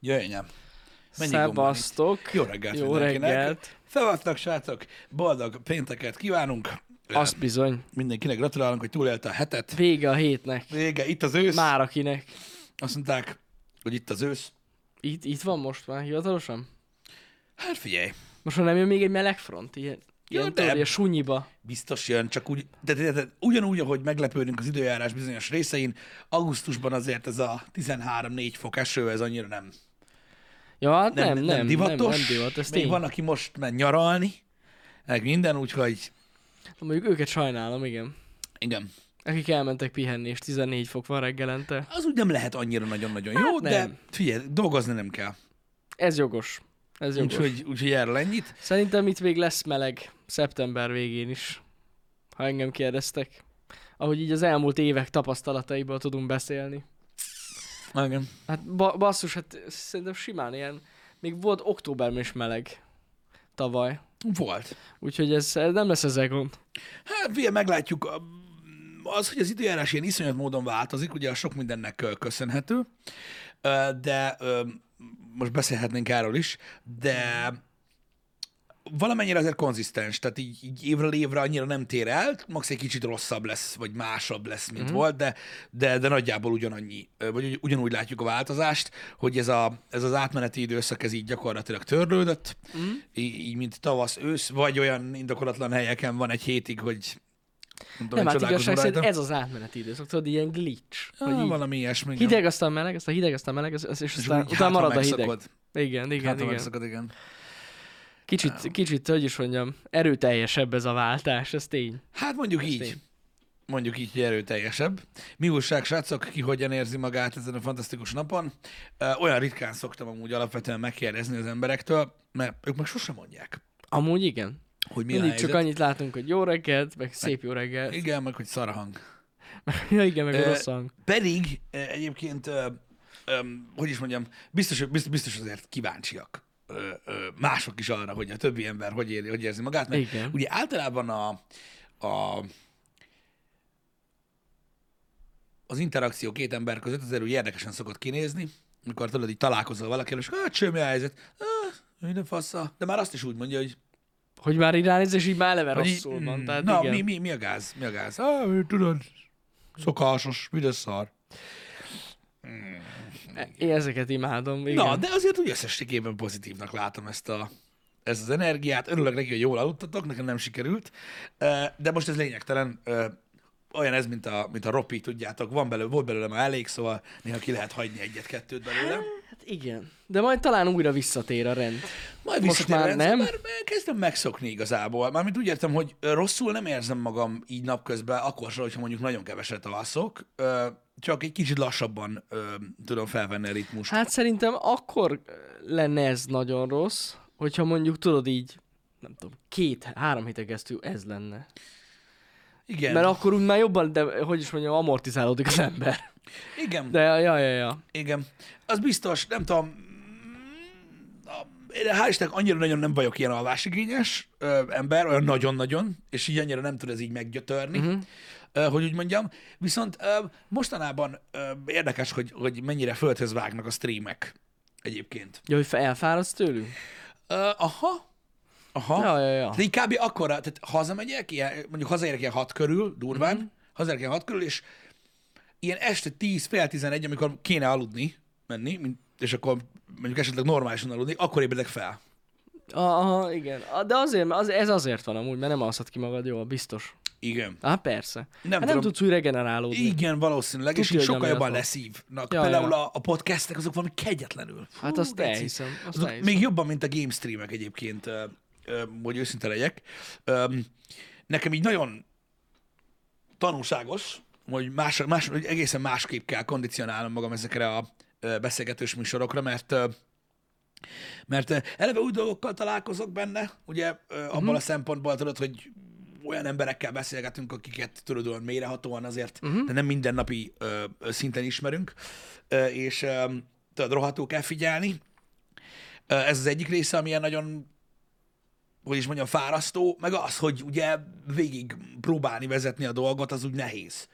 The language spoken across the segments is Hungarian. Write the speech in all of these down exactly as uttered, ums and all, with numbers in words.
Jöjjön el. Szevasztok. Jó reggelt Jó mindenkinek. reggelt. Szevasztok, srácok. Boldog pénteket kívánunk. Azt bizony. Mindenkinek gratulálunk, hogy túlélte a hetet. Vége a hétnek. Vége, itt az ősz. Már akinek. Azt mondták, hogy itt az ősz. Itt, itt van most már hivatalosan? Hát figyelj, Most már nem jön még egy meleg front? Ilyen, Ja, ilyen de- tudod, ilyen sunyiba. biztos jön, csak úgy, de, de, de ugyanúgy, ahogy meglepődünk az időjárás bizonyos részein, augusztusban azért ez a tizenhárom-négy fok eső, ez annyira nem, Ja, hát nem, nem, nem, nem, divatos. nem, nem divat, ez Még tény. van, aki most ment nyaralni, meg minden, úgyhogy Mondjuk őket sajnálom, igen. igen. Akik elmentek pihenni, és tizennégy fok van reggelente. Az úgy nem lehet annyira nagyon-nagyon jó, Hát de nem. figyelj, dolgozni nem kell. Ez jogos. Ez jogos. Úgyhogy, úgyhogy erről ennyit. Szerintem itt még lesz meleg szeptember végén is, ha engem kérdeztek. Ahogy így az elmúlt évek tapasztalataiból tudunk beszélni. Igen. Hát ba- basszus, hát szerintem simán ilyen, még volt októberben is meleg tavaly. Volt. Úgyhogy ez, ez nem lesz ezzel gond. Hát figyelj, meglátjuk. Az, hogy az időjárás ilyen iszonyat módon változik, ugye a sok mindennek ö, köszönhető, Ö, de ö, most beszélhetnénk erről is, de valamennyire azért konzisztens, tehát így, így évről évre annyira nem tér el, max egy kicsit rosszabb lesz, vagy másabb lesz, mint mm-hmm. volt, de, de, de nagyjából ugyanannyi, ö, vagy ugy- ugyanúgy látjuk a változást, hogy ez, a, ez az átmeneti időszak, ez így gyakorlatilag törlődött, mm-hmm. így, így mint tavasz, ősz, vagy olyan indokolatlan helyeken van egy hétig, hogy nem, tudom, Nem, hát csodálkozom igazság szerint rajta. ez az átmeneti időszak, tudod, ilyen glitch. Ah, Hogy így valami ilyesmi. igen. hideg, aztán meleg, aztán hideg, aztán meleg, az- az- és És aztán úgy utána hátra marad a hideg. megszakad. Igen, igen, Hátra igen. megszakad, igen. Kicsit, kicsit, hogy is mondjam, erőteljesebb ez a váltás, ez tény. Hát mondjuk így. tény. Mondjuk így, hogy erőteljesebb. Mi újság, srácok, ki hogyan érzi magát ezen a fantasztikus napon? Ö, Olyan ritkán szoktam amúgy alapvetően megkérdezni az emberektől, mert ők meg sosem mondják, Amúgy igen. hogy mi a Mindig helyzet. csak annyit látunk, hogy jó reggelt, meg szép jó reggelt. Igen, meg hogy szar a hang. Ja, igen, meg Ö, a rossz hang. Pedig ö, egyébként, ö, ö, hogy is mondjam, biztos, biztos, biztos azért kíváncsiak ö, ö, mások is arra, hogy a többi ember hogy, éri, hogy érzi magát. Mert Igen. ugye általában a, a az interakció két ember között azért úgy érdekesen szokott kinézni, amikor tudod, így találkozol valakivel, és hát semmi helyzet, ah, minden fassa, de már azt is úgy mondja, hogy, Hogy már így ránéz, és így már eleve hogy így, rosszul van. mm, Tehát na, igen. mi, mi, mi a gáz, mi a gáz? Ah, tudod, szokásos, mi lesz szar. Én ezeket imádom, igen. Na, de azért úgy összességében pozitívnak látom ezt a ezt az energiát. Örülök neki, hogy jól aludtatok, nekem nem sikerült. Ö, De most ez lényegtelen. Ö, Olyan ez, mint a, mint a ropi, tudjátok. Van belőle, volt belőle már elég, szóval néha ki lehet hagyni egyet-kettőt belőle. Hát igen. De majd talán újra visszatér a rend. Majd Most visszatér a már rendszer, nem? Már már kezdem megszokni igazából. Mármint úgy értem, hogy ö, rosszul nem érzem magam így napközben, akkor sem, hogyha mondjuk nagyon keveset alszok. Ö, Csak egy kicsit lassabban ö, tudom felvenni a ritmust. Hát szerintem akkor lenne ez nagyon rossz, hogyha mondjuk tudod így, nem tudom, két-három héten keresztül ez lenne. Igen. Mert akkor úgy már jobban, de hogy is mondjam, amortizálódik az ember. Igen. De ja, ja, ja. Igen. Az biztos, nem tudom, én hál' Istennek annyira nagyon nem vagyok ilyen alvásigényes ö, ember, olyan nagyon-nagyon, és így annyira nem tud ez így meggyötörni, uh-huh. ö, hogy úgy mondjam. Viszont ö, mostanában ö, érdekes, hogy, hogy mennyire földhöz vágnak a streamek egyébként. Ja, hogy elfáradsz tőlük? Ö, aha. Aha. Ja, ja, ja. De így kb. Akkora, tehát hazamegyek, ilyen, mondjuk hazaérek ilyen hat körül, durván, Mhm. mm. hazaérek ilyen hat körül, és ilyen este tíz, fél tizenegy, amikor kéne aludni, menni, mint, és akkor mondjuk esetleg normálisan aludni, akkor ébredek fel. Aha, igen. Ah, de azért, az, ez azért van amúgy, mert nem alszod ki magad jól, biztos. Igen. Á, persze. Nem Nem, hát nem tudom. tudsz úgy regenerálódni. Igen, valószínűleg, és Tudja, így hogy sokkal amiatt jobban van. leszívnak. Ja, Például ja. A, a podcastek, azok valami kegyetlenül. Fú, Hát azt geci. elhiszem. Azt Azok elhiszem. még jobban, mint a game streamek egyébként, ö, ö, hogy őszinte legyek. Ö, Nekem így nagyon tanulságos, hogy, más, más, hogy egészen másképp kell kondicionálnom magam ezekre a ö, beszélgetős műsorokra, mert ö, mert ö, eleve új dolgokkal találkozok benne, ugye ö, abban Mhm. a szempontból tudod, hogy olyan emberekkel beszélgetünk, akiket tudod olyan mélyrehatóan azért, Mhm. de nem mindennapi ö, ö, szinten ismerünk, ö, és ö, tudod, rohadtul kell figyelni. Ö, Ez az egyik része, amilyen nagyon, hogy is mondjam, fárasztó, meg az, hogy ugye végig próbálni vezetni a dolgot, az úgy nehéz.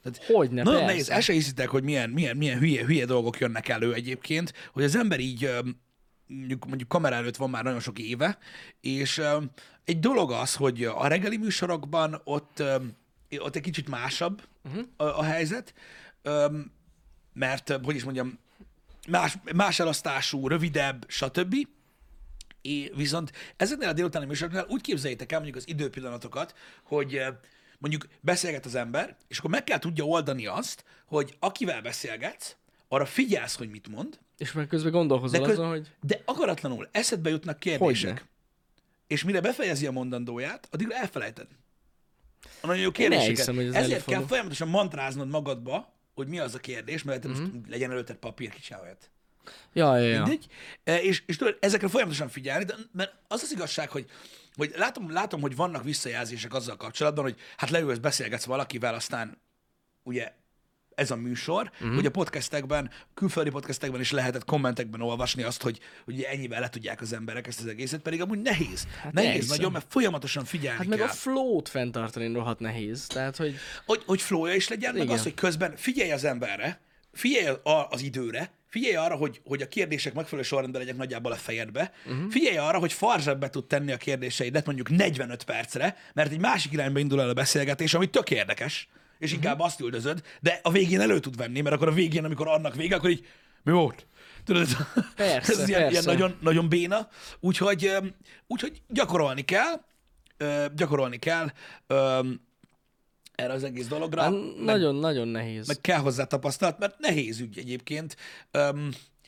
Tehát Hogyne, nagyon persze. nehéz, el se hiszitek, hogy milyen, milyen, milyen hülye, hülye dolgok jönnek elő egyébként, hogy az ember így ö, mondjuk, mondjuk kamera előtt van már nagyon sok éve, és ö, egy dolog az, hogy a reggeli műsorokban ott, ö, ott egy kicsit másabb uh-huh. a, a helyzet, ö, mert, ö, hogy is mondjam, más, más elosztású, rövidebb, stb. É, viszont ezeknél a délutáni műsoroknál úgy képzeljétek el mondjuk az időpillanatokat, hogy ö, mondjuk beszélget az ember, és akkor meg kell tudja oldani azt, hogy akivel beszélgetsz, arra figyelsz, hogy mit mond, És meg közben gondolkozol de, köz, azon, hogy... de akaratlanul eszedbe jutnak kérdések. Hogyne. És mire befejezi a mondandóját, addigra elfelejted. A nagyon jó Én kérdéseket. elhiszem, hogy ez Ezért előfordul. kell folyamatosan mantráznod magadba, hogy mi az a kérdés, mert uh-huh. most legyen előtted papír, kicsit olyat. Ja, ja, ja. Mindegy. E, És, és tudod, ezekre folyamatosan figyelni, de, mert az az igazság, hogy, hogy látom, látom, hogy vannak visszajelzések azzal kapcsolatban, hogy hát leülsz, beszélgetsz valakivel, aztán ugye ez a műsor, uh-huh. hogy a podcastekben, külföldi podcastekben is lehetett kommentekben olvasni azt, hogy, hogy ennyivel le tudják az emberek ezt az egészet, pedig amúgy nehéz. Hát nehéz elhiszem. nagyon, mert folyamatosan figyelni Hát meg kell. a flow-t fenntartani rohadt nehéz. Tehát, hogy... Hogy, hogy flowja is legyen, meg Igen. az, hogy közben figyelj az emberre, figyelj a- az időre, figyelj arra, hogy, hogy a kérdések megfelelő sorrendben legyenek nagyjából a fejedbe, uh-huh. figyelj arra, hogy farzsebbe tud tenni a kérdéseidet mondjuk negyvenöt percre, mert egy másik irányba indul el a beszélgetés, ami tök érdekes, és uh-huh. inkább azt üldözöd, de a végén elő tud venni, mert akkor a végén, amikor annak vége, akkor így, mi volt? Tudod, ez, Persze, ez ilyen, ilyen persze. nagyon, nagyon béna, úgyhogy, öm, úgyhogy gyakorolni kell, ö, gyakorolni kell öm, erre az egész dologra. Hát, meg- nagyon-nagyon nehéz. meg kell hozzá tapasztalat, mert nehéz ügy egyébként. Um,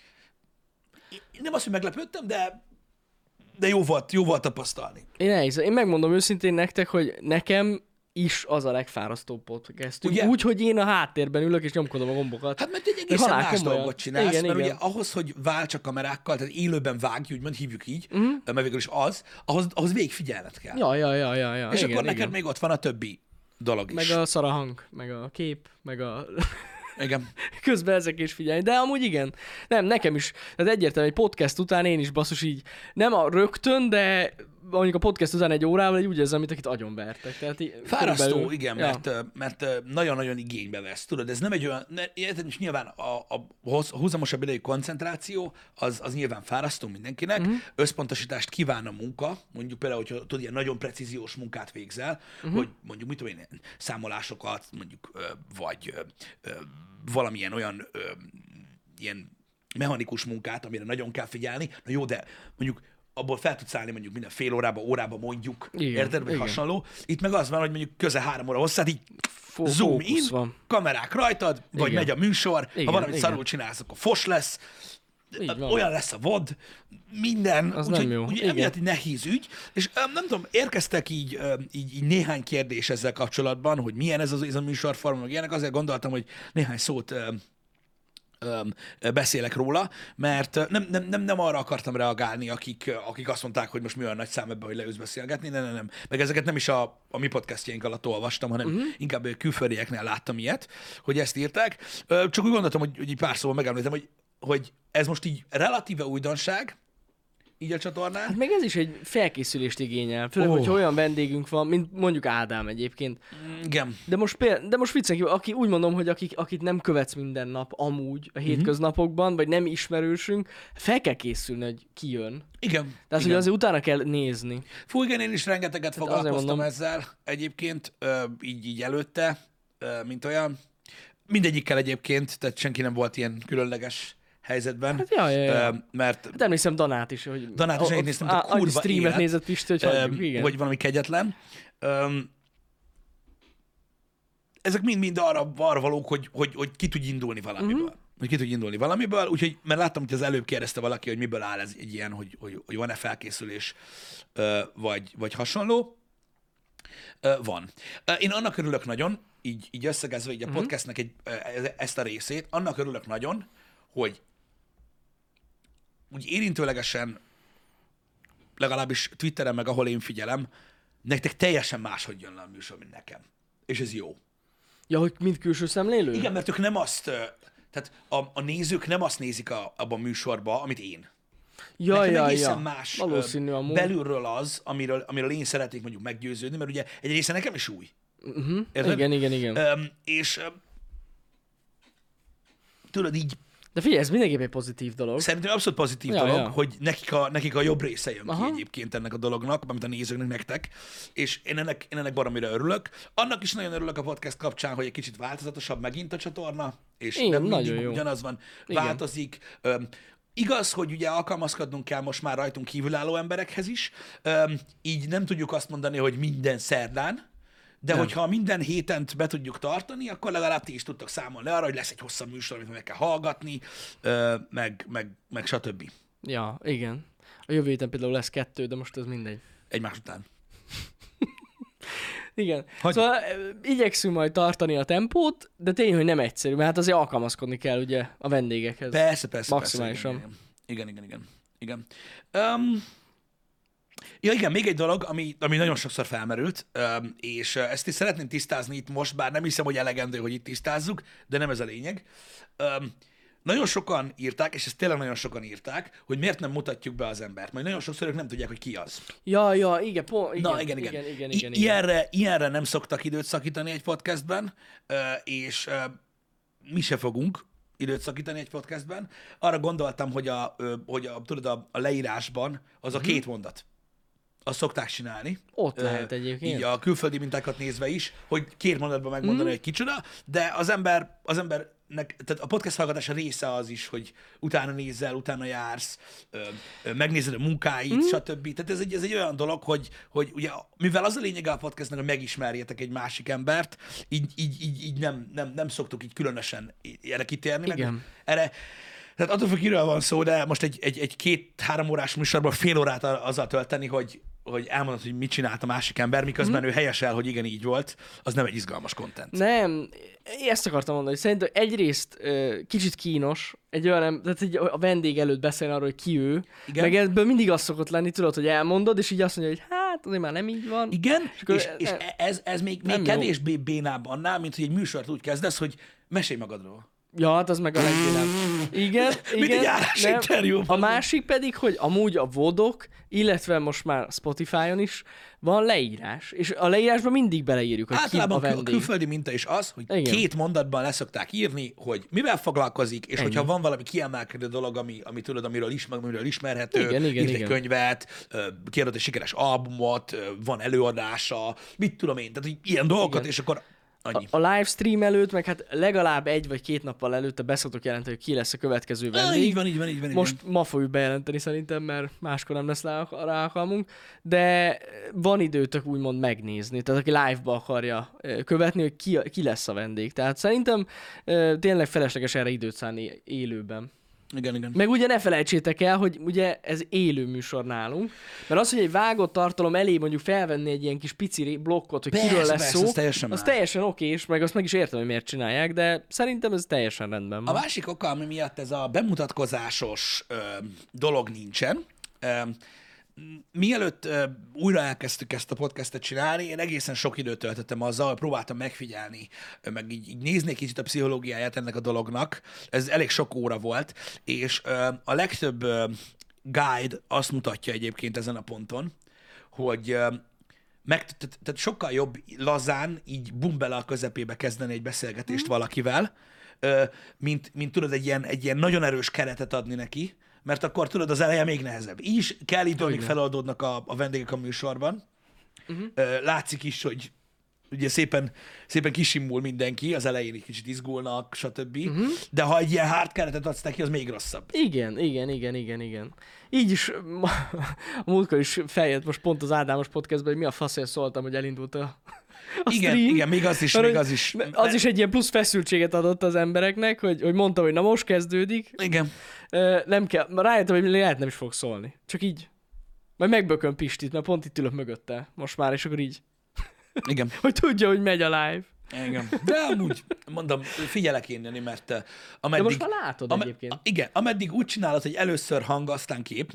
nem azt, hogy meglepődtem, de, de jó volt, jó volt tapasztalni. Én elhiszem. Én megmondom őszintén nektek, hogy nekem is az a legfárasztóbb podcastünk. Ugye? Úgy, hogy én a háttérben ülök és nyomkodom a gombokat. Hát mert egy egészen halál más komolyan. dolgot csinálsz, Igen, mert igen. ugye ahhoz, hogy válts a kamerákkal, tehát élőben vágj, úgymond hívjuk így, uh-huh. mert végül is az, ahhoz, ahhoz végig figyelned kell. Ja, ja, ja, ja, ja. És igen, akkor neked igen. még ott van a többi dolog is. Meg a szarahang, meg a kép, meg a... Igen. Közben ezek is figyelni. De amúgy igen. Nem, nekem is. Tehát egyértelműen egy podcast után én is basszus így, nem a rögtön, de mondjuk a podcast után egy órával egy úgy érzem, mint akit agyonvertek. Tehát így, Fárasztó, körülbelül- igen, ja. mert, ö, mert ö, nagyon-nagyon igénybe vesz. Tudod, ez nem egy olyan, ne, érted, és nyilván a, a hossz- húzamosabb idejű koncentráció, az, az nyilván fárasztó mindenkinek, uh-huh. összpontosítást kíván a munka, mondjuk például, hogyha tudod, ilyen nagyon precíziós munkát végzel, uh-huh. hogy mondjuk, mit tudom én, számolásokat, mondjuk, ö, vagy ö, ö, valamilyen olyan ö, ilyen mechanikus munkát, amire nagyon kell figyelni, na jó, de mondjuk abból fel tudsz állni mondjuk minden fél órába, órába mondjuk, Igen, érted, vagy igen. hasonló. Itt meg az van, hogy mondjuk közel három óra hosszát, így Fó- zoom in, fókusz van. kamerák rajtad, vagy Igen. megy a műsor, Igen, ha valamit igen. szarul csinálsz, akkor fos lesz, Így van. olyan lesz a vod, minden, Az úgyhogy nem jó. ugye Igen. emiatt egy nehéz ügy, és öm, nem tudom, érkeztek így, öm, így, így néhány kérdés ezzel kapcsolatban, hogy milyen ez, az, ez a műsorforma, meg ilyenek, azért gondoltam, hogy néhány szót öm, öm, beszélek róla, mert nem, nem, nem, nem arra akartam reagálni, akik, akik azt mondták, hogy most mi olyan nagy szám ebben, hogy leülsz beszélgetni, nem, nem, nem. Meg ezeket nem is a, a mi podcastjaink alatt olvastam, hanem uh-huh. inkább a külföldieknél láttam ilyet, hogy ezt írták. Ö, Csak úgy gondoltam, hogy, hogy így pár szóval megemlítem, hogy, hogy ez most így relatíve újdonság, így a csatornán. Hát meg ez is egy felkészülést igényel. Főleg, Ó. hogyha olyan vendégünk van, mint mondjuk Ádám egyébként. Igen. De most, például, de most viccen kívül, aki úgy mondom, hogy akik, akit nem követsz minden nap amúgy a hétköznapokban, vagy nem ismerősünk, fel kell készülni, hogy ki jön. Igen. Tehát, igen. hogy azért utána kell nézni. Fú, igen, én is rengeteget azért foglalkoztam mondom. ezzel egyébként, ö, így, így előtte, ö, mint olyan. Mindegyikkel egyébként, tehát senki nem volt ilyen különleges helyzetben. Hát ja, ja, ja. Ö, mert Hát emlékszem Danát is, hogy Danát is a- megnéztem, a- de a- annyi kurva streamet élet. nézett Pisti, hogy ö, hagyjuk, igen. vagy valami kegyetlen. Ö, ezek mind-mind arra, arra valók, hogy, hogy, hogy ki tudj indulni valamiből. Uh-huh. Hogy ki tudj indulni valamiből, úgyhogy, mert láttam, hogy az előbb kérdezte valaki, hogy miből áll ez egy ilyen, hogy, hogy, hogy van-e felkészülés, ö, vagy, vagy hasonló. Ö, Van. Ö, Én annak örülök nagyon, így, így összegezve így a Mhm. podcastnek egy, ö, ezt a részét, annak örülök nagyon, hogy úgy érintőlegesen, legalábbis Twitteren, meg ahol én figyelem, nektek teljesen máshogy jön le a műsor, mint nekem. És ez jó. Ja, hogy mint külső szemlélő? Igen, mert ők nem azt, ö, tehát a, a nézők nem azt nézik a, abban a műsorban, amit én. ja, Nekem ja, egészen ja. más Valószínű ö, amúgy. belülről az, amiről, amiről én szeretnék mondjuk meggyőződni, mert ugye egy része nekem is új. Uh-huh. Érted? Igen, igen, igen. Öm, és, öm, tudod így, De figyelj, ez mindenképp egy pozitív dolog. szerintem abszolút pozitív Ja, dolog, ja. hogy nekik a, nekik a jobb része jön Aha. ki egyébként ennek a dolognak, amit a nézőknek, nektek, és én ennek, én ennek baromira örülök. Annak is nagyon örülök a podcast kapcsán, hogy egy kicsit változatosabb megint a csatorna, és Igen, nem nagyon mindig jó. ugyanaz van, Igen. változik. Öm, Igaz, hogy ugye alkalmazkodnunk kell most már rajtunk kívülálló emberekhez is, öm, így nem tudjuk azt mondani, hogy minden szerdán, de Nem. hogyha minden héten be tudjuk tartani, akkor legalább ti is tudtok számolni arra, hogy lesz egy hosszabb műsor, amit meg kell hallgatni, ö, meg, meg, meg stb. Ja, igen. A jövő héten például lesz kettő, de most ez mindegy. Egymás után. Igen. Hogy- Szóval ö, igyekszünk majd tartani a tempót, de tény, hogy nem egyszerű, mert hát azért alkalmazkodni kell ugye a vendégekhez. Persze, persze. Maximálisan. Persze, igen, igen, igen. igen. igen. Um, ja, igen, még egy dolog, ami, ami nagyon sokszor felmerült, um, és uh, ezt is szeretném tisztázni itt most, bár nem hiszem, hogy elegendő, hogy itt tisztázzuk, de nem ez a lényeg. Um, nagyon sokan írták, és ezt tényleg nagyon sokan írták, hogy miért nem mutatjuk be az embert. Majd nagyon sokszor ők nem tudják, hogy ki az. Ja, ja, igen, po, igen, Na, igen, igen. igen, igen, I- igen, igen. Ilyenre, ilyenre nem szoktak időt szakítani egy podcastben, ö, és ö, mi se fogunk időt szakítani egy podcastben. Arra gondoltam, hogy a, ö, hogy a, tudod, a, a leírásban az a két mondat. Azt szokták csinálni. Ott Ö, lehet egyébként. Így a külföldi mintákat nézve is, hogy két mondatban megmondani, hogy kicsoda, de az ember, az embernek, tehát a podcast hallgatása része az is, hogy utána nézzel, utána jársz, ö, ö, megnézed a munkáit, mm. stb. Tehát ez egy, ez egy olyan dolog, hogy, hogy ugye, mivel az a lényege a podcastnak, hogy megismerjetek egy másik embert, így, így, így, így nem, nem, nem szoktuk így különösen erre kitérni. Igen. Meg erre, tehát attól függ, kiről van szó, de most egy, egy, egy két-három órás műsorban fél órát azzal tölteni, hogy, hogy elmondod, hogy mit csinált a másik ember, miközben mm. ő helyesel, hogy igen, így volt, az nem egy izgalmas content. Nem, én ezt akartam mondani, hogy szerintem egyrészt ö, kicsit kínos, egy olyan, em- tehát egy, a vendég előtt beszélni arról, hogy ki ő, Igen. meg ebből mindig az szokott lenni, tudod, hogy elmondod, és így azt mondja, hogy hát, azért már nem így van. Igen, és, akkor és, és nem- ez, ez még, még nem jó. kevésbé bénább annál, mint hogy egy műsort úgy kezdesz, hogy mesélj magadról. Ja, hát az meg a legbénább. Igen, Mint igen. egy állás nem. interjú. A másik pedig, hogy amúgy a vodok, illetve most már Spotify-on is van leírás, és a leírásban mindig beleírjuk, hogy ki a Általában a kül- vendég. külföldi minta is az, hogy Igen. két mondatban leszokták írni, hogy mivel foglalkozik, és Ennyi. hogyha van valami kiemelkedő dolog, ami, ami tudod, amiről, ismer, amiről ismerhető, Igen, igen, írt egy igen. könyvet, ö, kiadott egy sikeres albumot, ö, van előadása, mit tudom én, tehát hogy ilyen dolgokat, Igen. és akkor annyi. A livestream előtt, meg hát legalább egy vagy két nappal előtte beszoktok jelenteni, hogy ki lesz a következő Ah, vendég. így van, így van, így van. így Most van. ma fogjuk bejelenteni szerintem, mert máskor nem lesz rá rá alkalmunk, de van időtök úgymond megnézni, tehát aki live-ba akarja ö, követni, hogy ki, ki lesz a vendég. Tehát szerintem ö, tényleg felesleges erre időt szánni élőben. Igen, igen. Meg ugye ne felejtsétek el, hogy ugye ez élő műsor nálunk, mert az, hogy egy vágott tartalom elé mondjuk felvenni egy ilyen kis pici ré- blokkot, hogy Persze, kiről lesz persze, szó, az teljesen az más. teljesen oké, és meg azt meg is értem, hogy miért csinálják, de szerintem ez teljesen rendben A van. másik oka, ami miatt ez a bemutatkozásos ö, dolog nincsen, ö, mielőtt ö, újra elkezdtük ezt a podcastet csinálni, én egészen sok időt töltöttem azzal, hogy próbáltam megfigyelni, ö, meg így, így nézni egy kicsit a pszichológiáját ennek a dolognak. Ez elég sok óra volt, és ö, a legtöbb ö, guide azt mutatja egyébként ezen a ponton, hogy ö, meg, tehát, tehát sokkal jobb lazán, így bum bele a közepébe kezdeni egy beszélgetést valakivel, ö, mint, mint tudod egy ilyen, egy ilyen nagyon erős keretet adni neki, mert akkor tudod, az eleje még nehezebb. Így is kell időn, még Igen. feloldódnak a, a vendégek a műsorban. Uh-huh. Látszik is, hogy ugye szépen, szépen kisimul mindenki, az elején egy kicsit izgulnak, stb. Uh-huh. De ha egy ilyen hard keretet adsz neki, az még rosszabb. Igen, igen, igen, igen, igen. Így is, ma, a múltkor is feljött most pont az Ádámos podcastban, hogy mi a faszért szóltam, hogy elindult a, a Igen, stream. igen, még az is, Mert még hogy- az is. Az is egy ilyen plusz feszültséget adott az embereknek, hogy, hogy mondta, hogy na most kezdődik, Igen. Ö, nem kell, rájöttem, hogy lehet nem is fog szólni. Csak így. Majd megbököm Pistit, mert pont itt ülök mögötte most már, és akkor így. Igen. Hogy tudja, hogy megy a live. Igen. De amúgy, mondom, figyelek én, Jani, mert uh, De ameddig... most már látod ame- egyébként. Igen, ameddig úgy csinálod, hogy először hang, aztán kép, mert azt,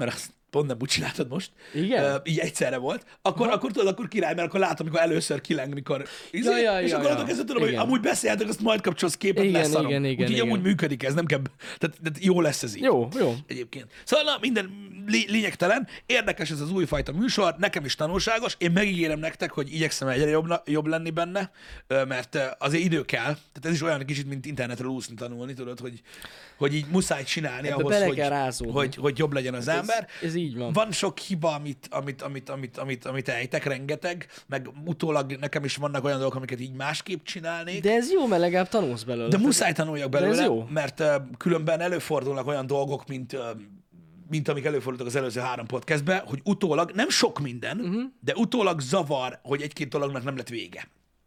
pont nem úgy csináltad most, Igen? uh, így egyszerre volt, akkor, akkor tudod, akkor király, mert akkor látom, amikor először kileng, mikor izé, Ja, ja, és ja, akkor ja. ott kezdve tudom, hogy Igen. amúgy beszéltek, azt majd kapcsolsz képet, Igen, leszarom. igen, igen, Úgyhogy igen. amúgy működik ez, nem kell, tehát, tehát jó lesz ez így. Jó, jó. Egyébként. Szóval na, minden lé- lényegtelen, érdekes ez az újfajta műsor, nekem is tanulságos, én megígérem nektek, hogy igyekszem egyre jobb, jobb lenni benne, ö, mert ö, azért idő kell, tehát ez is olyan kicsit, mint internetről úszni tanulni, tudod, hogy, hogy így muszáj csinálni Ebbe ahhoz, bele hogy, kell rázódni. hogy, hogy jobb legyen az ember. Ez, ez így van. Van sok hiba, amit, amit, amit, amit, amit, amit ejtek, rengeteg, meg utólag nekem is vannak olyan dolgok, amiket így másképp csinálnék. De ez jó, mert legalább tanulsz belőle. De muszáj tanuljak De ez belőle, jó. mert uh, különben előfordulnak olyan dolgok, mint, uh, mint amik előfordultak az előző három podcastben, hogy utólag, nem sok minden, uh-huh. de utólag zavar, hogy egy-két dolognak nem lett vége.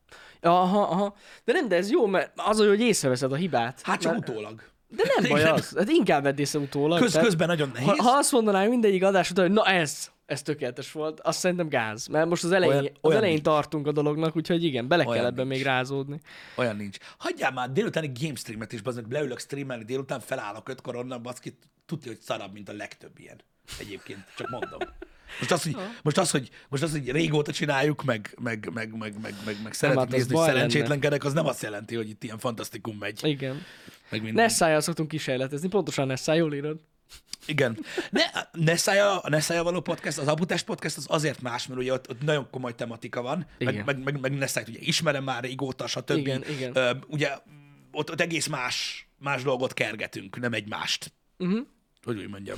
Aha, aha. De nem, de ez jó, mert az, hogy észreveszed a hibát. Hát csak mert... utólag. De nem baj Igen. az. Hát inkább vedd észre utólag. Köz, tehát, közben nagyon nehéz. ha, ha azt mondanánk mindegyik adás után, hogy na ez, ez tökéletes volt, azt szerintem gáz. Mert most az elején, Olyan- olyan, az olyan elején nincs. tartunk a dolognak, úgyhogy igen, bele Olyan kell ebben nincs. még rázódni. Olyan nincs. Hagyjál már délutáni game streamet is, bazdmeg, leülök streamelni délután, felállok ötkor onnan, baszki, tudja, hogy szarabb, mint a legtöbb ilyen. Egyébként, csak mondom. Most az, hogy, most az, hogy, most az, hogy régóta csináljuk, meg, meg, meg, meg, meg, meg, meg szeretjük hát az nézni, hogy baj szerencsétlenkedek, az nem azt jelenti, hogy itt ilyen fantasztikum megy. Igen. Meg minden. Nessájjal szoktunk kísérletezni, pontosan Nessá, jól írod. Igen. Ne, Nessája, a Nessája való podcast, az Abutás podcast az azért más, mert ugye ott, ott nagyon komoly tematika van, Igen. meg, meg, meg, meg Nessájt ugye ismerem már régóta, stb. Igen, igen. Ö, ugye ott, ott egész más, más dolgot kergetünk, nem egymást. Uh-huh. Hogy úgy mondjam.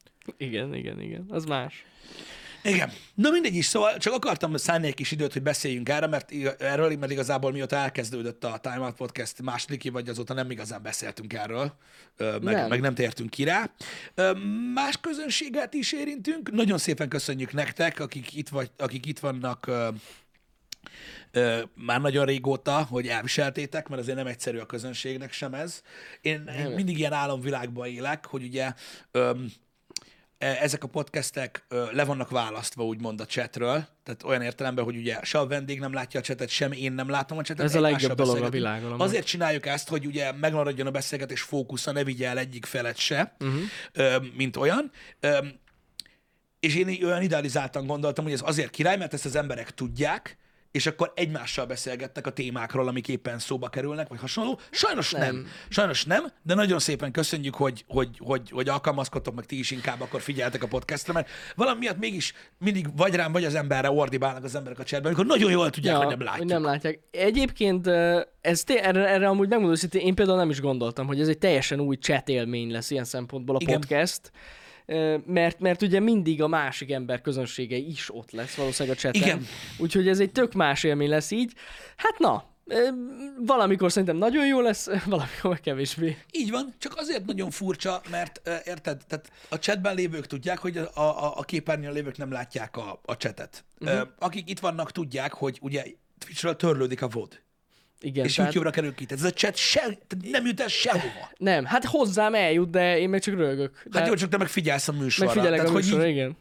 Igen, igen, igen. Az más. Igen. Na mindegy is, szóval csak akartam szállni egy kis időt, hogy beszéljünk erre, mert iga- erről, mert igazából mióta elkezdődött a Time Out Podcast második vagy azóta nem igazán beszéltünk erről, ö, meg nem, Nem. meg nem tértünk ki rá. Ö, Más közönséget is érintünk. Nagyon szépen köszönjük nektek, akik itt, vagy, akik itt vannak ö, ö, már nagyon régóta, hogy elviseltétek, mert azért nem egyszerű a közönségnek sem ez. Én, én mindig ilyen álomvilágban élek, hogy ugye ö, ezek a podcastek ö, le vannak választva, úgymond a chatről, tehát olyan értelemben, hogy ugye se a vendég nem látja a chatet, sem én nem látom a chatet. Ez a egymással legjobb dolog a beszélgetünk. világon, amúgy. Azért csináljuk ezt, hogy ugye megmaradjon a beszélgetés fókusza, ne vigye el egyik felet se, Mhm. uh-huh. ö, mint olyan. Ö, és én így olyan idealizáltan gondoltam, hogy ez azért király, mert ezt az emberek tudják, és akkor egymással beszélgettek a témákról, amik éppen szóba kerülnek, vagy hasonló. Sajnos nem. nem. Sajnos nem, de nagyon szépen köszönjük, hogy, hogy, hogy, hogy alkalmazkodtok, meg ti is inkább akkor figyeltek a podcastra, mert valami miatt mégis mindig vagy rám, vagy az emberre ordibálnak az emberek a chatben, amikor nagyon jól tudják, hogy nem látjuk. Hogy nem látják. Egyébként ö, ez té- erre, erre amúgy megmondom, hogy én például nem is gondoltam, hogy ez egy teljesen új chat élmény lesz ilyen szempontból a Igen. podcast. Ö, Mert, mert ugye mindig a másik ember közönsége is ott lesz valószínűleg a chaten. Igen. Úgyhogy ez egy tök más élmény lesz így. Hát na, ö, valamikor szerintem nagyon jó lesz, valamikor meg kevésbé. Így van, csak azért nagyon furcsa, mert uh, érted, tehát a chatben lévők tudják, hogy a, a, a képernyőn lévők nem látják a, a chatet. Uh-huh. Uh, akik itt vannak, tudják, hogy ugye Twitchről törlődik a vé o dé, Igen, és tehát- YouTube-ra kerül ki. Tehát ez a chat se, tehát nem jut el sehova. Nem, hát hozzám eljut, de én meg csak rögök. De Hát jó, csak te meg figyelsz a műsorra. megfigyelek Tehát, a hogy műsorra, így, igen.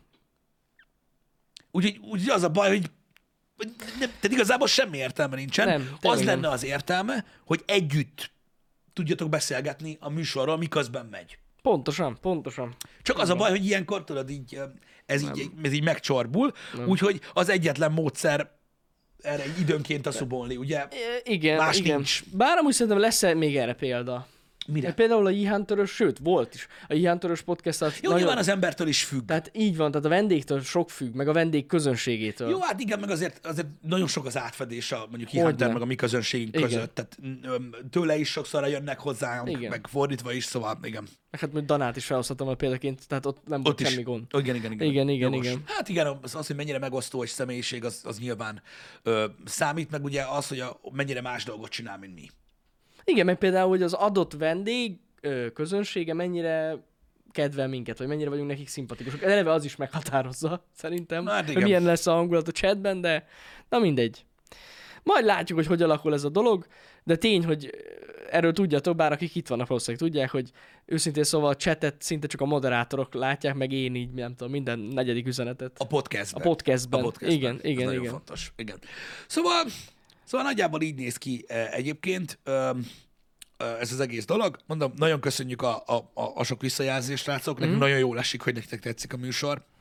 úgy, úgy az a baj, hogy hogy nem, tehát igazából semmi értelme nincsen. Nem, az tényleg lenne nem. az értelme, hogy együtt tudjatok beszélgetni a műsorról, miközben megy. Pontosan, pontosan. Csak az a baj, hogy ilyenkor tudod, így, ez, így, ez így megcsorbul, úgyhogy az egyetlen módszer erre így időnként a szubolni, ugye? I- Igen, Más igen. nincs. Bár amúgy szerintem lesz még erre példa. Mire? Például a Ihantörös, sőt, volt is. A Ihantörös podcast az Jó, nagyon... nyilván az embertől is függ. Tehát így van, tehát a vendégtől sok függ, meg a vendég közönségétől. Jó, hát igen, meg azért, azért nagyon sok az átfedés a mondjuk Hogyne. Hunter meg a mi közönségünk Igen. között. Tehát ö, tőle is sokszor jönnek hozzánk, Igen. meg fordítva is, szóval igen. Meg hát mondjuk Danát is felhozhatom a példaként, tehát ott nem volt Ott semmi is. gond. Igen, igen, igen. Igen, igen, Jogos. igen. Hát igen, az, az, hogy mennyire megosztó egy személyiség, az, az nyilván ö, számít, meg ugye az, hogy a, mennyire más dolgot csinál, mint mi. Igen, meg például, hogy az adott vendég ö, közönsége mennyire kedvel minket, vagy mennyire vagyunk nekik szimpatikusok. Eleve az is meghatározza, szerintem, Na, hát hogy igen. milyen lesz a hangulat a chatben, de na mindegy. Majd látjuk, hogy hogy alakul ez a dolog, de tény, hogy erről tudjatok, bár akik itt vannak valószínűleg tudják, hogy őszintén szóval a chatet szinte csak a moderátorok látják, meg én így, nem tudom, minden negyedik üzenetet. A podcastben. A podcastben. A podcastben. Igen, Ez igen, nagyon igen. fontos. Igen. Szóval, szóval nagyjából így néz ki eh, egyébként ö, ö, ez az egész dolog. Mondom, nagyon köszönjük a, a, a, a sok visszajelzést, rácok. Nekünk Mhm. nagyon jól esik, hogy nektek tetszik a műsor.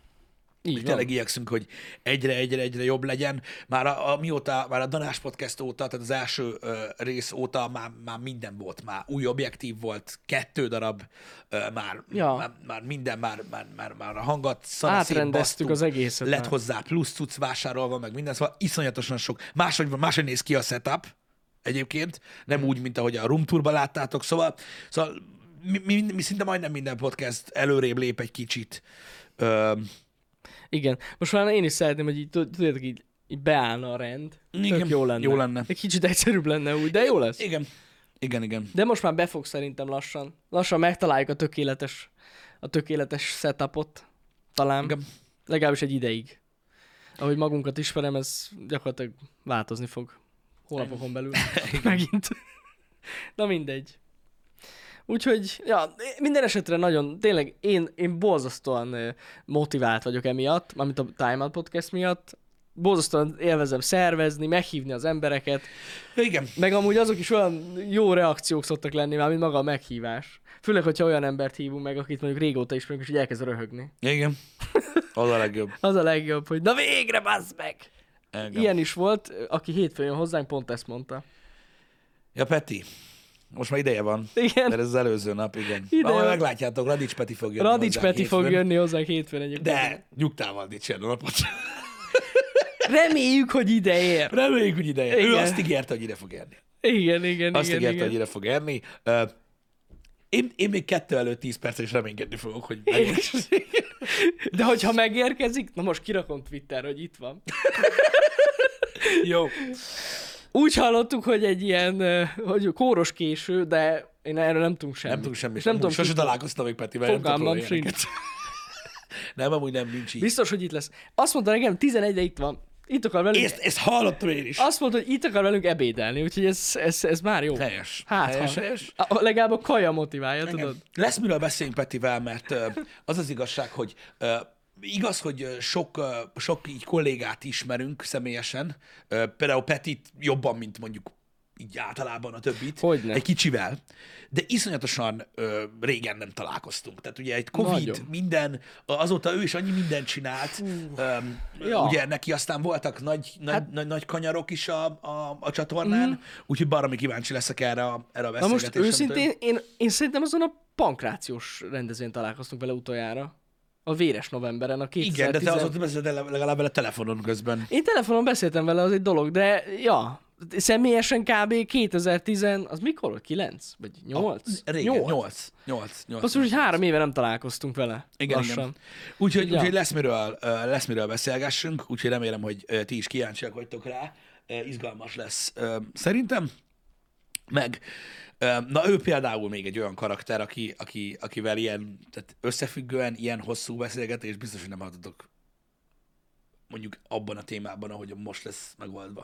Így és van. tényleg igyekszünk, hogy egyre, egyre, egyre jobb legyen. Már a, a mióta, már a Danás Podcast óta, tehát az első ö, rész óta már, már minden volt, már új objektív volt, kettő darab, ö, már, Ja. már, már minden, már, már, már, már a hangot szana Átrendeztük az egészet lett már. hozzá plusz cucc vásárolva, meg minden, szóval iszonyatosan sok. Máshogy, máshogy néz ki a setup egyébként, nem úgy, mint ahogy a Room Tourban láttátok, szóval, szóval mi, mi, mi szinte majdnem minden podcast előrébb lép egy kicsit. Ö, Igen. Most már én is szeretném, hogy így, tudjátok, így, így beállna a rend. Igen, Tök jó lenne. jó lenne. Egy kicsit egyszerűbb lenne úgy, de jó lesz. igen, igen, igen. De most már befog szerintem lassan. Lassan megtaláljuk a tökéletes, a tökéletes setupot. Talán. Igen. Legalábbis egy ideig. Ahogy magunkat ismerem, ez gyakorlatilag változni fog. Hónapokon belül. Megint. Na mindegy. Úgyhogy, ja, minden esetre nagyon, tényleg én, én borzasztóan ö, motivált vagyok emiatt, mármint a Time Out Podcast miatt. Borzasztóan élvezem szervezni, meghívni az embereket, Igen. meg amúgy azok is olyan jó reakciók szoktak lenni már, mint maga a meghívás. Főleg, hogyha olyan embert hívunk meg, akit mondjuk régóta ismerünk, és így elkezd röhögni. Igen. Az a legjobb. Az a legjobb, hogy na végre, bazd meg! Igen. Ilyen is volt, aki hétfőn jön hozzánk, pont ezt mondta. Ja, Peti. Most már ideje van. Igen. Mert ez az előző nap, igen. Ideje Na, majd van. meglátjátok, Radics Peti fog jönni Radics hozzánk Peti fog hétfőn. jönni hozzánk hétfőn egyébként. De nyugtával dicsérni a napot. Reméljük, hogy ide ér. Reméljük, hogy ide ér. Ő Igen. azt ígérte, hogy ide fog érni. Igen, igen, Azt igen. ígérte, igen. hogy ide fog érni. Uh, én, én még kettő előtt tíz percre is reménykedni fogok, hogy megérkezik. De hogyha megérkezik, na most kirakom Twitter, hogy itt van. Jó. Úgy hallottuk, hogy egy ilyen, ö, hogy kóros késő, de én erről nem tudunk semmit. Nem tudunk semmit. És nem tudom, Sose ki- találkoztam még Petivel. nem tudok Fogalmam róla sincs. ilyeneket. Nem, amúgy nem, nincs így. Biztos, hogy itt lesz. Azt mondta nekem, tizenegyre itt van. Itt akar velünk. Ezt, ezt hallottam én is. Azt mondta, hogy itt akar velünk ebédelni, úgyhogy ez, ez, ez már jó. Helyes. Hát, helyes, ha. helyes. A, legalább a kaja motiválja, Igen. tudod? Lesz miről beszéljünk Petivel, mert ö, az az igazság, hogy ö, igaz, hogy ö, sok, ö, sok így kollégát ismerünk személyesen, ö, például Petit jobban, mint mondjuk így általában a többit, Hogyne. egy kicsivel, de iszonyatosan ö, régen nem találkoztunk. Tehát ugye egy Covid, Nagyon. minden, azóta ő is annyi mindent csinált, öm, Ja. ugye neki aztán voltak nagy, nagy, Hát- nagy, nagy kanyarok is a, a, a csatornán, mm. úgyhogy baromi kíváncsi leszek erre a, erre a Na beszélgetésre. most őszintén, én, én szerintem azon a pankrációs rendezvényen találkoztunk vele utoljára. A véres novemberen, a Igen, kétezer-tíz. de te azóta beszéltél legalább vele telefonon közben. Én telefonon beszéltem vele, az egy dolog, de ja, személyesen kb. kétezer-tíz, az mikor volt? kilenc? Vagy nyolc? Régen, nyolc. nyolc. nyolc. Azt hogy három éve nem találkoztunk vele. Igen, lassan. igen. Úgyhogy, Ja. úgyhogy lesz, miről, ö, lesz miről beszélgessünk, úgyhogy remélem, hogy ö, ti is kíváncsiak vagytok rá. Ö, Izgalmas lesz ö, szerintem. Meg, ö, na ő például még egy olyan karakter, aki, aki, akivel ilyen, tehát összefüggően ilyen hosszú beszélgetés biztos, hogy nem halltatok mondjuk abban a témában, ahogy most lesz megoldva.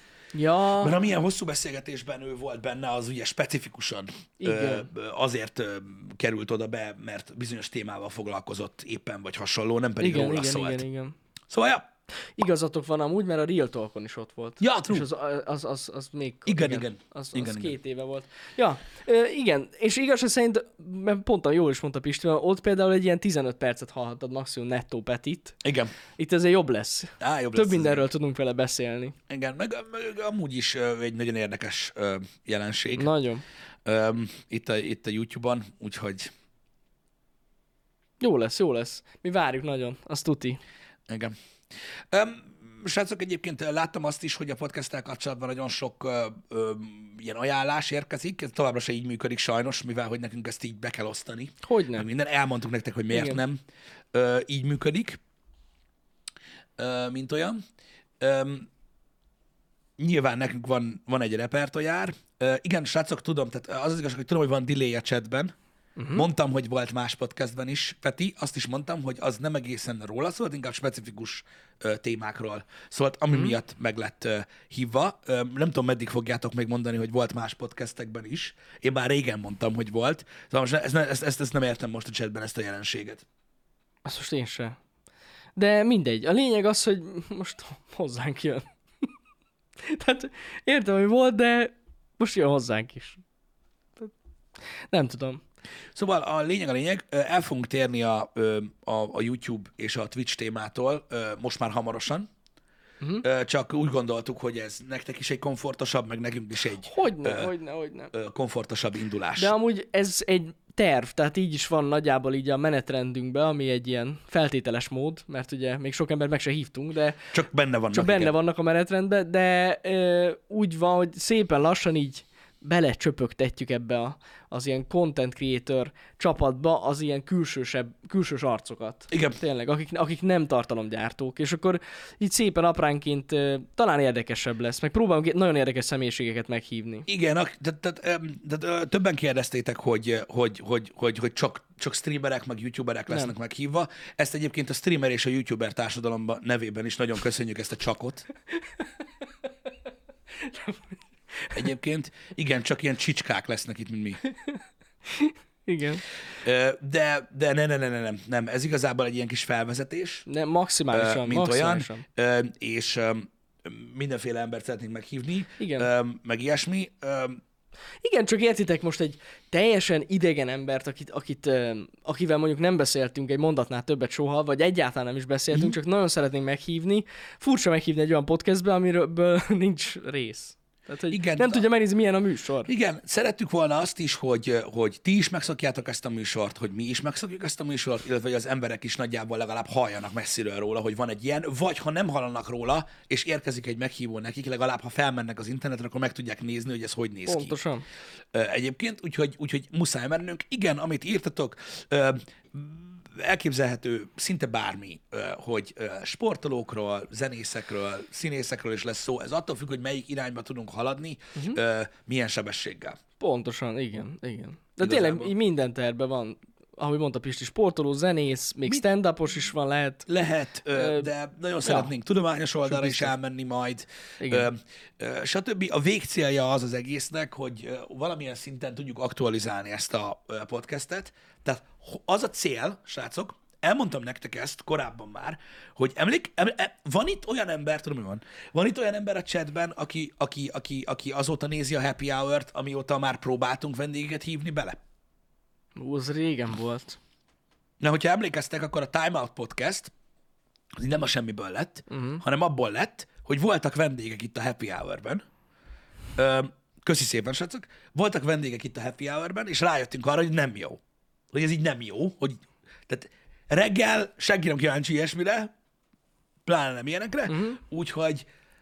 Ja, Mert amilyen hosszú beszélgetésben ő volt benne, az ugye specifikusan ö, Igen. azért ö, került oda be, mert bizonyos témával foglalkozott éppen, vagy hasonló, nem pedig igen, róla igen, szólt. igen, igen. Szóval, ja, Igazatok van amúgy, mert a Real Talkon is ott volt. Ja, true. És az, az, az, az még... Igen, igen. Az, Igen, az igen. két éve volt. Ja, ö, igen. És igazság szerint, mert pont a jól is mondta Pisti, ott például egy ilyen tizenöt percet hallhattad maximum nettó Petit. igen. Itt ezért jobb lesz. Á, jobb Több lesz mindenről ez. tudunk vele beszélni. Igen, meg, meg amúgy is ö, egy nagyon érdekes ö, jelenség Nagyon. ö, itt, a, itt a YouTube-on, úgyhogy Jó lesz, jó lesz. Mi várjuk nagyon, azt tuti. igen. Um, Srácok, egyébként láttam azt is, hogy a podcasttel kapcsolatban nagyon sok ö, ö, ilyen ajánlás érkezik. Ez továbbra se így működik sajnos, mivel hogy nekünk ezt így be kell osztani. Hogy Meg nem? minden. Elmondtuk nektek, hogy miért Igen. nem ö, így működik, ö, mint olyan. Ö, nyilván nekünk van, van egy repertoár. Ö, igen, srácok, tudom, tehát az az igazság, hogy tudom, hogy van delay a chatben. Uh-huh. Mondtam, hogy volt más podcastben is, Peti, azt is mondtam, hogy az nem egészen róla szólt, inkább specifikus ö, témákról szólt, ami uh-huh. miatt meg lett ö, hívva. Ö, nem tudom, meddig fogjátok még mondani, hogy volt más podcastekben is. Én már régen mondtam, hogy volt. Szóval most ezt, ezt, ezt, ezt nem értem most a chatben, ezt a jelenséget. Azt most én sem. De mindegy. A lényeg az, hogy most hozzánk jön. Tehát értem, hogy volt, de most jön hozzánk is. Tehát nem tudom. Szóval a lényeg a lényeg, ö, el fogunk térni a, ö, a, a YouTube és a Twitch témától ö, most már hamarosan. Uh-huh. Csak úgy gondoltuk, hogy ez nektek is egy komfortosabb, meg nekünk is egy Hogyne, ö, hogyne, hogyne. ö, komfortosabb indulás. De amúgy ez egy terv, tehát így is van nagyjából így a menetrendünkben, ami egy ilyen feltételes mód, mert ugye még sok embert meg se hívtunk, de Csak benne vannak. csak benne igen. vannak a menetrendben, de ö, úgy van, hogy szépen lassan így belecsöpögtetjük ebbe a, az ilyen content creator csapatba az ilyen külsősebb, külsős arcokat. Igen. Tényleg, akik, akik nem tartalomgyártók, és akkor így szépen apránként ö, talán érdekesebb lesz, meg próbálunk nagyon érdekes személyiségeket meghívni. Igen, ak- tehát, tehát, em, tehát ö, többen kérdeztétek, hogy, hogy, hogy, hogy, hogy csak, csak streamerek, meg youtuberek lesznek Nem. meghívva. Ezt egyébként a streamer és a youtuber társadalomban nevében is nagyon köszönjük ezt a csakot. Egyébként, igen, csak ilyen csicskák lesznek itt, mint mi. Igen. Ö, De, de ne, ne, ne, ne, nem, nem, ez igazából egy ilyen kis felvezetés, De maximálisan, ö, mint olyan, maximálisan. ö, és ö, mindenféle embert szeretnénk meghívni, Igen. ö, meg ilyesmi. Ö, Igen, csak értitek most egy teljesen idegen embert, akit, akit, ö, akivel mondjuk nem beszéltünk egy mondatnál többet soha, vagy egyáltalán nem is beszéltünk, Mhm. csak nagyon szeretnénk meghívni. Furcsa meghívni egy olyan podcastbe, amiről nincs rész. Tehát, hogy Igen, nem de- tudja megnézni, milyen a műsor. Igen, szerettük volna azt is, hogy, hogy ti is megszokjátok ezt a műsort, hogy mi is megszokjuk ezt a műsort, illetve hogy az emberek is nagyjából legalább halljanak messziről róla, hogy van egy ilyen, vagy ha nem hallanak róla, és érkezik egy meghívó nekik, legalább ha felmennek az internetre, akkor meg tudják nézni, hogy ez hogy néz ki. Pontosan. Ö, Egyébként, úgyhogy, úgyhogy muszáj mennünk. Igen, amit írtatok, ö, elképzelhető szinte bármi, ö, hogy ö, sportolókról, zenészekről, színészekről is lesz szó. Ez attól függ, hogy melyik irányba tudunk haladni, uh-huh. milyen sebességgel. Pontosan, igen, igen. De Igazából. tényleg így minden tervben van, ahogy mondta Pisti, sportoló, zenész, még stand-upos is van, lehet. Lehet, ö, Ö, de nagyon szeretnénk tudományos oldalra is biztos. elmenni majd, Igen. ö, ö, stb. A végcélja az az egésznek, hogy ö, valamilyen szinten tudjuk aktualizálni ezt a ö, podcastet. Tehát ho- az a cél, srácok, elmondtam nektek ezt korábban már, hogy emlék, em, em, van itt olyan ember, tudom, mi van, van itt olyan ember a chatben, aki, aki, aki, aki azóta nézi a Happy Hour-t, amióta már próbáltunk vendégeket hívni bele. Ú, az régen volt. Na, hogyha emlékeztek, akkor a Time Out Podcast az így nem a semmiből lett, uh-huh. hanem abból lett, hogy voltak vendégek itt a Happy Hour-ben. Ö, köszi szépen, srácok. Voltak vendégek itt a Happy Hour-ben, és rájöttünk arra, hogy nem jó. Hogy ez így nem jó. Hogy, tehát reggel senki nem kíváncsi ilyesmire, pláne nem ilyenekre, uh-huh. úgyhogy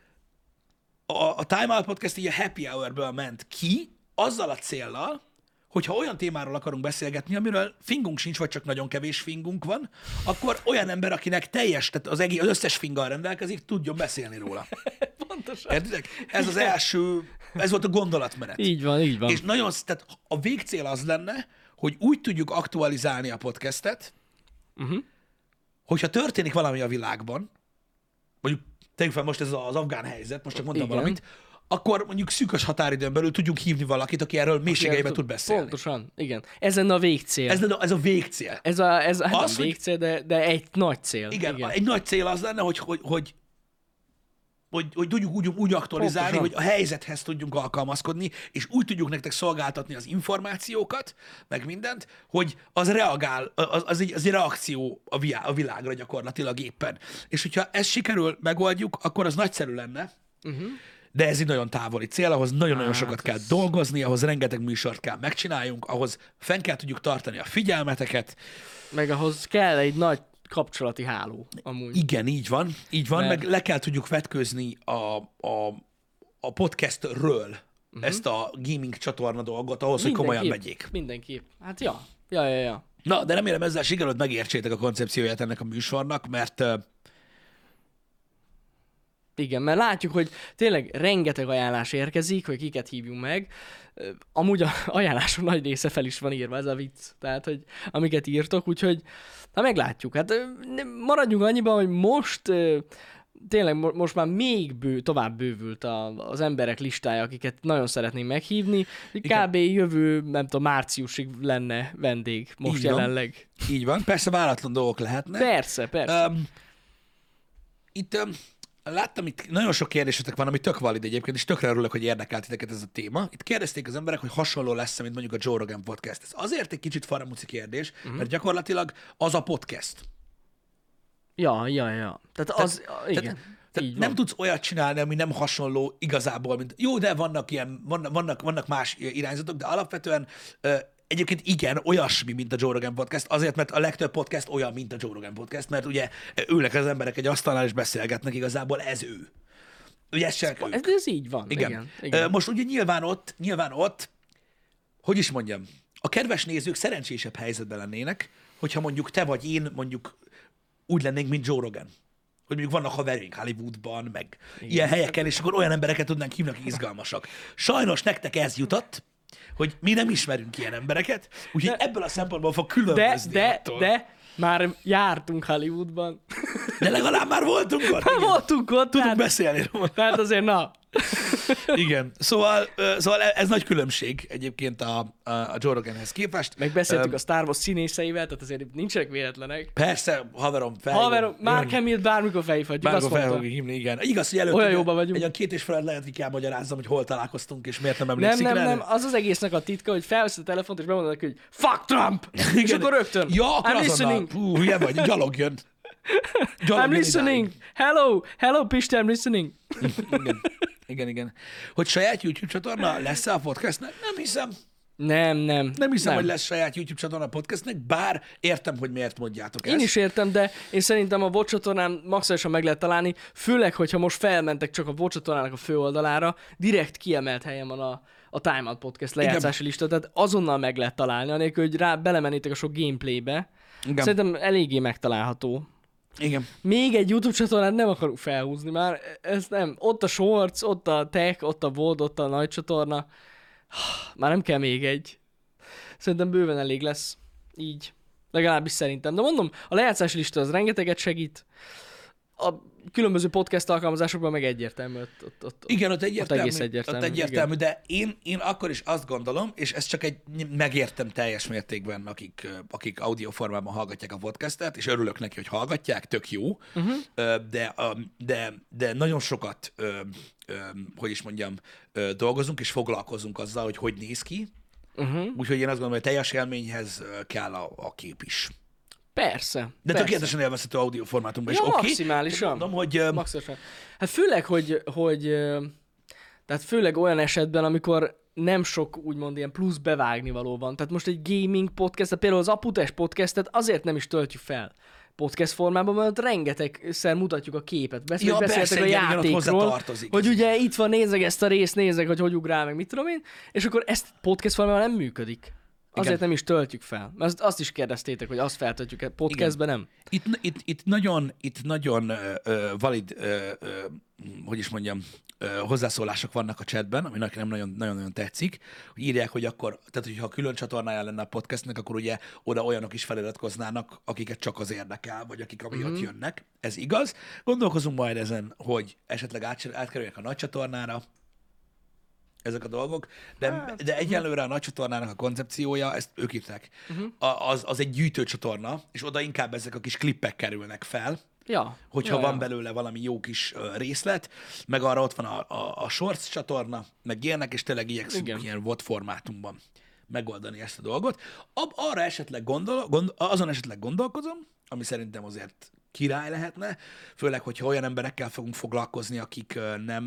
a, a Time Out Podcast így a Happy Hour-ből ment ki, azzal a céllal, hogyha olyan témáról akarunk beszélgetni, amiről fingunk sincs, vagy csak nagyon kevés fingunk van, akkor olyan ember, akinek teljes, tehát az, egész, az összes finggal rendelkezik, tudjon beszélni róla. Pontosan. Értitek? Ez az első, ez volt a gondolatmenet. Így van, így van. És nagyon, tehát a végcél az lenne, hogy úgy tudjuk aktualizálni a podcastet, Uh-huh. hogyha történik valami a világban, mondjuk tegyük fel most ez az afgán helyzet, most csak mondtam Igen. valamit, akkor mondjuk szűkös határidőn belül tudjunk hívni valakit, aki erről mélységeiben tud beszélni. Pontosan, igen. Ez lenne a végcél. Ez, a- ez a végcél. Ez a, ez a hát Az, nem hogy- végcél, de, de egy nagy cél. Igen, igen. egy nagy cél az lenne, hogy, hogy, hogy, hogy, hogy tudjuk úgy, úgy aktualizálni, Pontosan. hogy a helyzethez tudjunk alkalmazkodni, és úgy tudjuk nektek szolgáltatni az információkat, meg mindent, hogy az reagál, az, az, egy, az egy reakció a, viá, a világra gyakorlatilag éppen. És hogyha ezt sikerül megoldjuk, akkor az nagyszerű lenne, Uh-huh. de ez egy nagyon távoli cél, ahhoz nagyon-nagyon Hát sokat kell ez- dolgozni, ahhoz rengeteg műsort kell megcsináljunk, ahhoz fenn kell tudjuk tartani a figyelmeteket. Meg ahhoz kell egy nagy kapcsolati háló, amúgy. Igen, így van, így van, Mert- meg le kell tudjuk vetkőzni a, a, a podcastről uh-huh. ezt a gaming csatorna dolgot, ahhoz, hogy komolyan Mindenképp, megyék. Mindenképp. Hát ja. Ja, ja, ja. Na, de remélem ezzel sikerült megértsétek a koncepcióját ennek a műsornak, mert uh, Igen, mert látjuk, hogy tényleg rengeteg ajánlás érkezik, hogy kiket hívjunk meg. Ö, Amúgy a ajánlások nagy része fel is van írva, ez a vicc. Tehát, hogy amiket írtok, úgyhogy hát meglátjuk. Hát ö, ne- maradjunk annyiban, hogy most ö, tényleg mo- most már még bő, tovább bővült a, az emberek listája, akiket nagyon szeretnénk meghívni. Igen. Kb. Jövő, nem tudom, márciusig lenne vendég most Így van. jelenleg. így van. Persze váratlan dolgok lehetnek. Persze, persze. Um, itt um, láttam itt nagyon sok kérdésetek van, ami tök valid egyébként, és tökre örülök, hogy érdekelt titeket ez a téma. Itt kérdezték az emberek, hogy hasonló lesz, mint mondjuk a Joe Rogan podcast. Ez azért egy kicsit faramúci kérdés, uh-huh. mert gyakorlatilag az a podcast. Ja, ja, ja. Tehát az, tehát, igen. Tehát, tehát nem tudsz olyat csinálni, ami nem hasonló igazából, mint... Jó, de vannak ilyen, vannak, vannak, vannak más irányzatok, de alapvetően uh, egyébként igen, olyasmi, mint a Joe Rogan podcast, azért, mert a legtöbb podcast olyan, mint a Joe Rogan podcast, mert ugye ülnek az emberek egy asztalnál és beszélgetnek, igazából ez ő. Ugye ez csak ők. Ez, ez így van, igen. igen, igen. Most ugye nyilván ott, nyilván ott, hogy is mondjam, a kedves nézők szerencsésebb helyzetben lennének, hogyha mondjuk te vagy én mondjuk úgy lennénk, mint Joe Rogan. Hogy mondjuk vannak haverjaink Hollywoodban, meg igen. ilyen helyeken, és akkor olyan embereket tudnánk hívni, akik izgalmasak. Sajnos nektek ez jutott, hogy mi nem ismerünk ilyen embereket, úgyhogy de, ebből a szempontból fog különbözni. De, de, attól. de, már jártunk Hollywoodban. De legalább már voltunk ott. Már voltunk ott. Tudunk tehát, beszélni róla. Tehát azért na. Igen. Szóval, szóval ez nagy különbség egyébként a, a, a Joe Roganhez képest. Megbeszéltük um, a Star Wars színészeivel, tehát azért nincsenek véletlenek. Persze, haverom, felhívom. Haverom, Mark Hamill bármikor felhívhatjuk, bármikor azt mondta. Hívni, igen. Igaz, hogy előtt olyan jóban vagyunk. Egy olyan két és felett lehet, hogy kell magyarázzam, hogy hol találkoztunk, és miért nem Nem, emlékszik nem, rá. nem, az az egésznek a titka, hogy felveszed a telefont, és bemondod, hogy fuck Trump! Igen. És akkor rögtön. Ja, akkor I'm listening. Hú, hülye vagy, gyalog jön. Gyalog I'm jön listening. idáig. Hello, hello, Piste, I'm listening. Igen. Igen, igen. Hogy saját YouTube csatorna lesz-e a podcastnek? Nem hiszem. Nem, nem. Nem hiszem, nem. hogy lesz saját YouTube csatorna a podcastnek, bár értem, hogy miért mondjátok ezt. Én is értem, de én szerintem a VOD csatornán maximálisan meg lehet találni, főleg, hogyha most felmentek csak a VOD csatornának a főoldalára, direkt kiemelt helyen van a, a Time Out Podcast lejátszási igen. lista, tehát azonnal meg lehet találni, anélkül, hogy rá belemennétek a sok gameplaybe. Igen. Szerintem eléggé megtalálható. Igen. Még egy YouTube csatornát nem akarok felhúzni már, ez nem. Ott a Shorts, ott a Tech, ott a VOD, ott a nagy csatorna. Már nem kell még egy. Szerintem bőven elég lesz. Így. Legalábbis szerintem. De mondom, a lejátszási lista az rengeteget segít. A különböző podcast alkalmazásokban meg egyértelmű. Ott, ott, ott, igen, ott egyértelmű. Ott egész egyértelmű. Ott egyértelmű, de én, én akkor is azt gondolom, és ez csak egy megértem teljes mértékben, akik, akik audio formában hallgatják a podcastet, és örülök neki, hogy hallgatják, tök jó, uh-huh. de, de, de nagyon sokat, hogy is mondjam, dolgozunk, és foglalkozunk azzal, hogy hogy néz ki. Uh-huh. Úgyhogy én azt gondolom, hogy a teljes élményhez kell a, a kép is. Persze. De persze. tökéletesen élvezhető audio formátumban ja, is. Okay. Maximálisan. Mondom, hogy... Maximálisan. Hát főleg, hogy, hogy tehát főleg olyan esetben, amikor nem sok úgymond ilyen plusz bevágni való van. Tehát most egy gaming podcast, például az Aputest podcastet azért nem is töltjük fel podcast formában, mert rengetegszer mutatjuk a képet. Beszél, ja, beszéltek persze, a igen, játékról, igen, hogy ugye itt van, nézzek ezt a részt, nézzek, hogy hogy ugrál, meg mit tudom én, és akkor ezt podcast formában nem működik. Azért igen. nem is töltjük fel. Mert azt is kérdeztétek, hogy azt feltöltjük podcastben, nem? Itt, itt, itt nagyon, itt nagyon uh, valid, uh, uh, hogy is mondjam, uh, hozzászólások vannak a chatben, ami nekem nagyon-nagyon tetszik, hogy írják, hogy akkor, tehát hogyha külön csatornája lenne a podcastnek, akkor ugye oda olyanok is feliratkoznának, akiket csak az érdekel, vagy akik amiatt mm-hmm. jönnek. Ez igaz. Gondolkozunk majd ezen, hogy esetleg át, átkerüljek a nagy csatornára, ezek a dolgok, de, hát, de egyelőre a nagy csatornának a koncepciója, ezt ők írták, uh-huh. az, az egy gyűjtőcsatorna, és oda inkább ezek a kis klippek kerülnek fel, ja. hogyha ja, van ja. belőle valami jó kis uh, részlet, meg arra ott van a, a, a Shorts csatorna, meg ilyenek, és tényleg igyekszünk Igen. ilyen VOD formátumban megoldani ezt a dolgot. Ab, arra esetleg gondol, gond, azon esetleg gondolkozom, ami szerintem azért király lehetne, főleg, hogyha olyan emberekkel fogunk foglalkozni, akik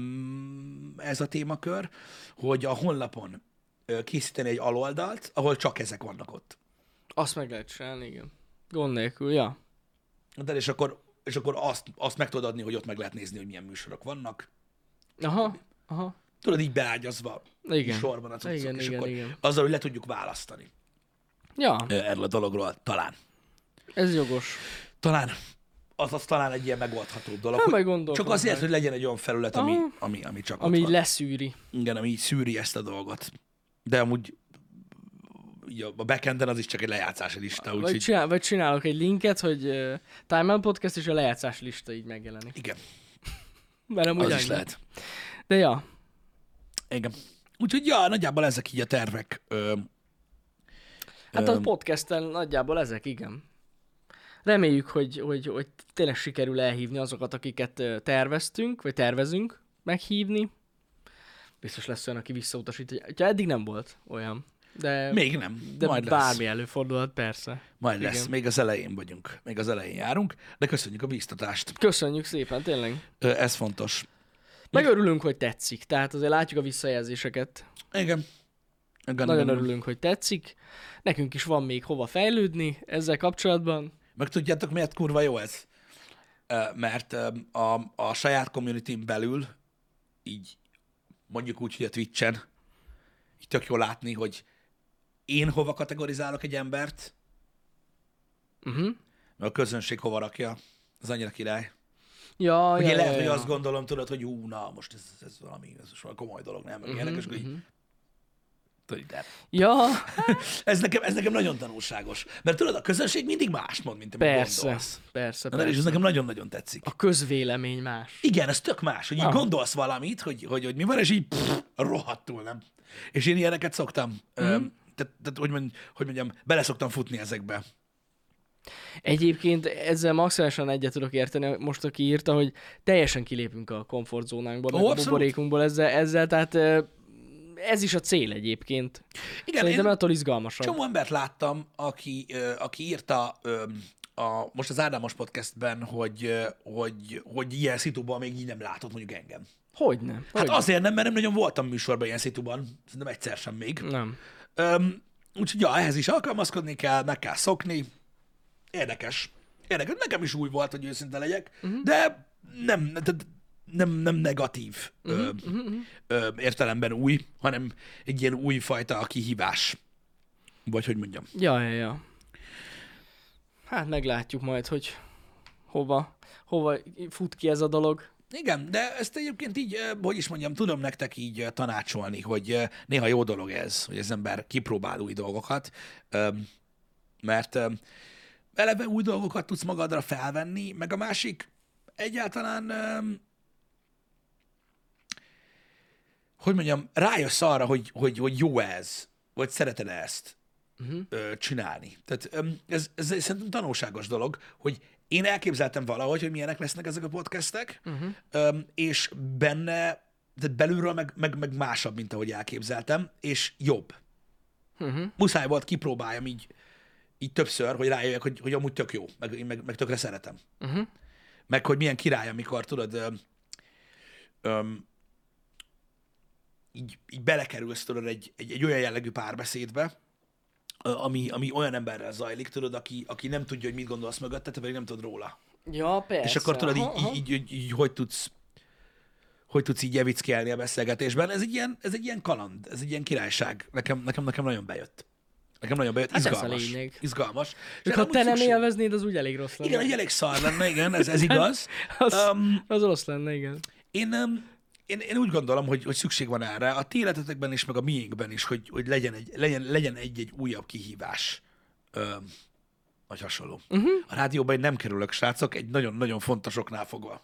nem ez a témakör, hogy a honlapon készíteni egy aloldalt, ahol csak ezek vannak ott. Azt meg lehet csinálni, igen. Gond nélkül, ja. De és akkor, és akkor azt, azt meg tudod adni, hogy ott meg lehet nézni, hogy milyen műsorok vannak. Aha, aha. Tudod, így beágyazva, igen. sorban a cuccok, igen, és igen, akkor igen. azzal, hogy le tudjuk választani. Ja. Erről a dologról, talán. Ez jogos. Talán. Az, az talán egy ilyen megoldható dolog. Nem, csak azért, meg. hogy legyen egy olyan felület, ami, ami, ami csak ami ott van. leszűri. Igen, ami szűri ezt a dolgot. De amúgy a backenden az is csak egy lejátszási lista. Vagy, úgy, csinál, vagy csinálok egy linket, hogy uh, Time Out Podcast és a lejátszási lista így megjelenik. Igen. Mert az ugyan is lehet. De ja. Igen. Úgyhogy ja, nagyjából ezek így a tervek. Ö, hát ö, a podcasten nagyjából ezek, igen. Reméljük, hogy, hogy, hogy tényleg sikerül elhívni azokat, akiket ö, terveztünk, vagy tervezünk meghívni. Biztos lesz olyan, aki visszautasít. Ha eddig nem volt olyan. De, Még nem, de majd lesz. bármi előfordulhat, persze. Majd lesz, Igen. még az elején vagyunk, még az elején járunk, de köszönjük a bíztatást. Köszönjük szépen, tényleg. Ö, Ez fontos. Meg örülünk, hogy tetszik. Tehát azért látjuk a visszajelzéseket. Igen. Igen, Nagyon igen. örülünk, hogy tetszik. Nekünk is van még hova fejlődni ezzel kapcsolatban. Meg tudjátok, miért kurva jó ez? Ö, Mert ö, a, a saját communityn belül, így mondjuk úgy, hogy a Twitch-en, így tök jó látni, hogy én hova kategorizálok egy embert, Uh-huh. meg a közönség hova rakja. Az annyira király. Ja, Hogy ja, én lehet, ja, hogy ja. azt gondolom, tudod, hogy ú, na, most ez, ez valami, ez most valami komoly dolog, nem? Meg ilyenek, és akkor így, tudod, de Ja, ez nekem, ez nekem nagyon tanulságos. Mert tudod, a közönség mindig mást mond, mint amit persze, gondolsz. persze, Na, és ez persze. nekem nagyon-nagyon tetszik. A közvélemény más. Igen, ez tök más, hogy így Aha. gondolsz valamit, hogy, hogy, hogy mi van, és így pff, rohadtul nem. És én ilyeneket szoktam, mm. ö, tehát, tehát hogy, mond, hogy mondjam, bele szoktam futni ezekbe. Egyébként ezzel maximálisan egyet tudok érteni, most aki írta, hogy teljesen kilépünk a komfortzónánkból, meg Ó, a abszolút. buborékunkból ezzel, ezzel, tehát ö, ez is a cél egyébként. Igen, Szerintem én attól izgalmasabb. csomó embert láttam, aki, ö, aki írta ö, a, most az Ádámos podcastben, hogy, ö, hogy, hogy ilyen szituban még így nem látott mondjuk engem. Hogyne. Hát Hogyne. azért nem, mert nem nagyon voltam műsorban ilyen szituban, szerintem egyszer sem még. Nem. Öm, úgyhogy ja, ehhez is alkalmazkodni kell, meg kell szokni. Érdekes. Érdekes. Nekem is új volt, hogy őszinte legyek, uh-huh. de nem, nem, nem, nem negatív uh-huh. ö, uh-huh. Ö, értelemben új, hanem egy ilyen új fajta kihívás. Vagy hogy mondjam. Ja, ja, ja. Hát meglátjuk majd, hogy hova, hova fut ki ez a dolog. Igen, de ezt egyébként így, ö, hogy is mondjam, tudom nektek így ö, tanácsolni, hogy ö, néha jó dolog ez, hogy az ember kipróbál új dolgokat, ö, mert ö, eleve új dolgokat tudsz magadra felvenni, meg a másik egyáltalán, ö, hogy mondjam, rájössz arra, hogy, hogy, hogy jó ez, vagy szereted ezt uh-huh. ö, csinálni. Tehát ö, ez, ez szerintem tanulságos dolog, hogy én elképzeltem valahogy, hogy milyenek lesznek ezek a podcastek, uh-huh. ö, és benne, tehát belülről meg, meg, meg másabb, mint ahogy elképzeltem, és jobb. Uh-huh. Muszáj volt kipróbáljam így, így többször, hogy rájöjjek, hogy, hogy amúgy tök jó, meg, én meg, meg tökre szeretem. Uh-huh. Meg hogy milyen király, amikor tudod, ö, ö, így, így belekerülsz tudod egy, egy, egy olyan jellegű párbeszédbe, ö, ami, ami olyan emberrel zajlik, tudod, aki, aki nem tudja, hogy mit gondolsz mögötte, te pedig nem tudod róla. Ja, persze. És akkor tudod, így, Aha, aha. így, így, így, így hogy tudsz hogy tudsz így evickelni a beszélgetésben. Ez egy ilyen, ez egy ilyen kaland, ez egy ilyen királyság. Nekem, nekem, nekem nagyon bejött. Nekem nagyon bejött. Hát ez a Izgalmas. lényeg. Izgalmas. Csak ha te nem élveznéd, az úgy elég rossz lenne. Igen, egy elég szar lenne, igen, ez, ez igaz. Az, Um, az rossz lenne, igen. én, um, én, én úgy gondolom, hogy, hogy szükség van erre, a ti életetekben is, meg a miénkben is, hogy, hogy legyen, egy, legyen, legyen egy-egy újabb kihívás. Um, vagy hasonló. Uh-huh. A rádióban én nem kerülök, srácok, egy nagyon-nagyon fontos oknál fogva.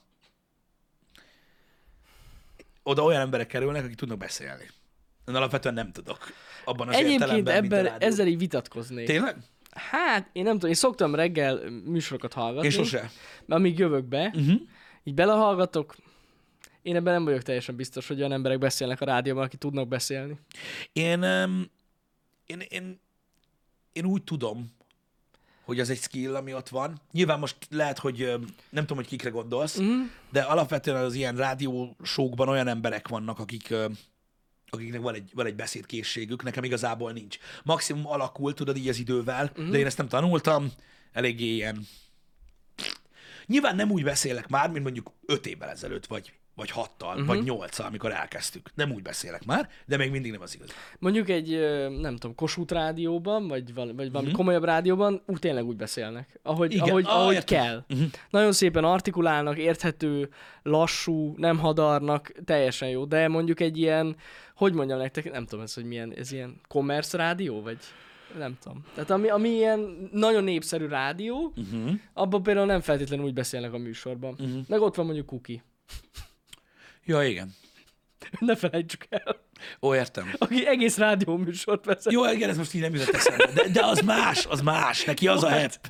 Oda olyan emberek kerülnek, akik tudnak beszélni. Én alapvetően nem tudok. Abban az Egyébként értelemben, mint a ebben, rádió. ezzel így vitatkoznék. Tényleg? Hát, én nem tudom, én szoktam reggel műsorokat hallgatni. Én sose. Amíg jövök be, Uh-huh. így belehallgatok. Én ebben nem vagyok teljesen biztos, hogy olyan emberek beszélnek a rádióban, akik tudnak beszélni. Én, um, én, én, én úgy tudom, hogy az egy skill, ami ott van. Nyilván most lehet, hogy um, nem tudom, hogy kikre gondolsz, uh-huh. de alapvetően az ilyen rádiósókban olyan emberek vannak, akik, um, akiknek van egy, van egy beszédkészségük, nekem igazából nincs. Maximum alakul, tudod, így az idővel, uh-huh. de én ezt nem tanultam, eléggé ilyen. Nyilván nem úgy beszélek már, mint mondjuk öt évvel ezelőtt, vagy, vagy hattal, uh-huh. vagy nyolccal, amikor elkezdtük. Nem úgy beszélek már, de még mindig nem az igaz. Mondjuk egy, ö, nem tudom, Kossuth rádióban, vagy, val- vagy valami Mhm. komolyabb rádióban, úgy tényleg úgy beszélnek, ahogy, Igen. ahogy, Ah, ahogy értem. kell. Mhm. Nagyon szépen artikulálnak, érthető, lassú, nem hadarnak, teljesen jó. De mondjuk egy ilyen, hogy mondjam nektek, nem tudom ez, hogy milyen, ez ilyen commerce rádió, vagy nem tudom. Tehát ami, ami ilyen nagyon népszerű rádió, Uh-huh. abban például nem feltétlenül úgy beszélnek a műsorban. Mhm. Meg ott van mondjuk Kuki. Ja, igen. Ne felejtsük el. Ó, értem. Aki egész rádió műsort vezet. Jó, igen, ez most így nem jutott eszembe. De, de az más, az más. Neki az a hep.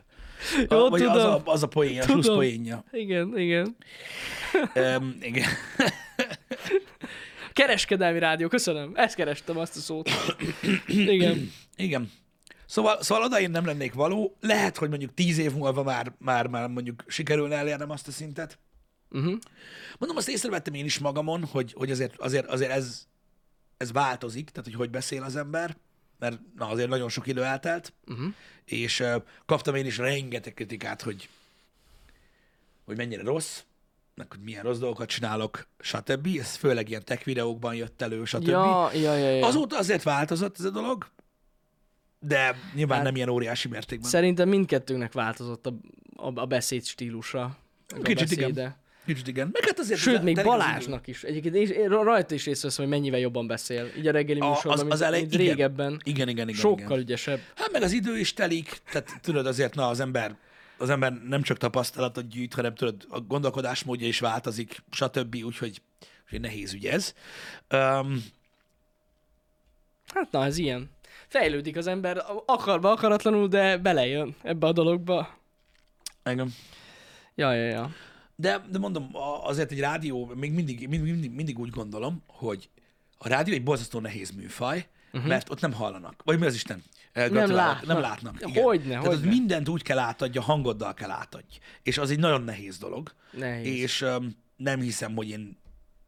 Jó, vagy tudom. az a, az a poénja, a slusz Tudom. poénja. Igen, igen. Um, igen. Kereskedelmi rádió, köszönöm. Ezt kerestem, azt a szót. Igen. Igen. Szóval, szóval oda én nem lennék való. Lehet, hogy mondjuk tíz év múlva már, már, már mondjuk sikerülne elérnem azt a szintet. Uh-huh. Mondom, azt észrevettem én is magamon, hogy, hogy azért, azért, azért ez, ez változik, tehát hogy hogy beszél az ember, mert na, azért nagyon sok idő eltelt, Uh-huh. és uh, kaptam én is rengeteg kritikát, hogy, hogy mennyire rossz, meg hogy milyen rossz dolgokat csinálok, stb. Ez főleg ilyen tech videókban jött elő, stb. Ja, ja, ja, ja. Azóta azért változott ez a dolog, de nyilván Hát, nem ilyen óriási mértékben. Szerintem mindkettőnknek változott a, a, a beszéd stílusa. meg a Kicsit igen. beszéde. Kicsit igen. Meg hát azért Sőt, az- még telik az idő. Balázsnak is. Egyébként és én rajta is észreveszem, hogy mennyivel jobban beszél. Így a reggeli A- műsorban, az- mint, az elej- mint igen. régebben. Igen, igen, igen. Sokkal igen. ügyesebb. Hát meg az idő is telik, tehát tudod azért, na az ember, az ember nem csak tapasztalatot gyűjt, hanem tudod, a gondolkodásmódja is változik, stb. Úgyhogy, úgyhogy nehéz ügy ez. Um, Hát na, ez ilyen. Fejlődik az ember akarva, akaratlanul, de belejön ebbe a dologba. engem. Ja, ja, ja. De, de mondom, a- azért egy rádió, még mindig, mindig, mindig, mindig úgy gondolom, hogy a rádió egy borzasztó nehéz műfaj, uh-huh. mert ott nem hallanak. Vagy mi az Isten? Eh, gratulálok. látnak. Nem látnak. Igen. Hogyne, Tehát ott hogyne. mindent úgy kell átadja, hangoddal kell átadj. És az egy nagyon nehéz dolog. Nehéz. És um, nem hiszem, hogy én,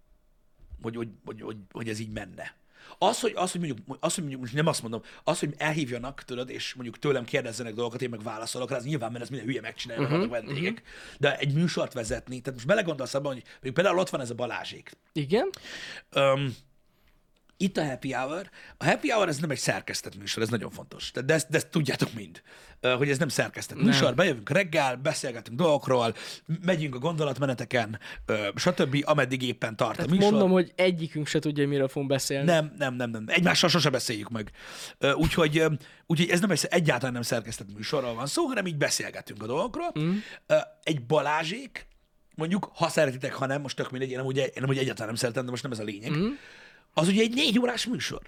hogy, hogy, hogy, hogy, hogy ez így menne. Az, hogy, az, hogy mondjuk, az, hogy mondjuk, most nem azt mondom, az, hogy elhívjanak, tudod, és mondjuk tőlem kérdezzenek dolgokat, én meg válaszolok rá, az nyilván, mert ez minden hülye megcsinálja, uh-huh, vannak vendégek. Uh-huh. De egy műsort vezetni, tehát most belegondolsz abban, hogy mondjuk például ott van ez a Balázsék. Igen? Um, itt a happy hour. A happy hour ez nem egy szerkesztett műsor, ez nagyon fontos. Tehát de, ezt, de ezt tudjátok mind, uh, hogy ez nem szerkesztett műsor. Bejövünk reggel, beszélgetünk dolgokról, megyünk a gondolatmeneteken, uh, stb. Ameddig éppen tart Tehát a műsor. mondom, hogy egyikünk se tudja, hogy miről fogunk beszélni. Nem, nem, nem, nem. Egymással sose beszéljük meg. Ö, Úgyhogy, ö, úgyhogy ez nem egy, egyáltalán nem szerkesztett műsorról van szó, hanem így beszélgetünk a dolgokról. Mm. Egy Balázsék, mondjuk, ha szeretitek, ha nem, most tök mindegy, én amúgy, én amúgy egyáltalán nem szeretem, de most nem ez a lényeg. Mm. Az ugye egy négy órás műsor.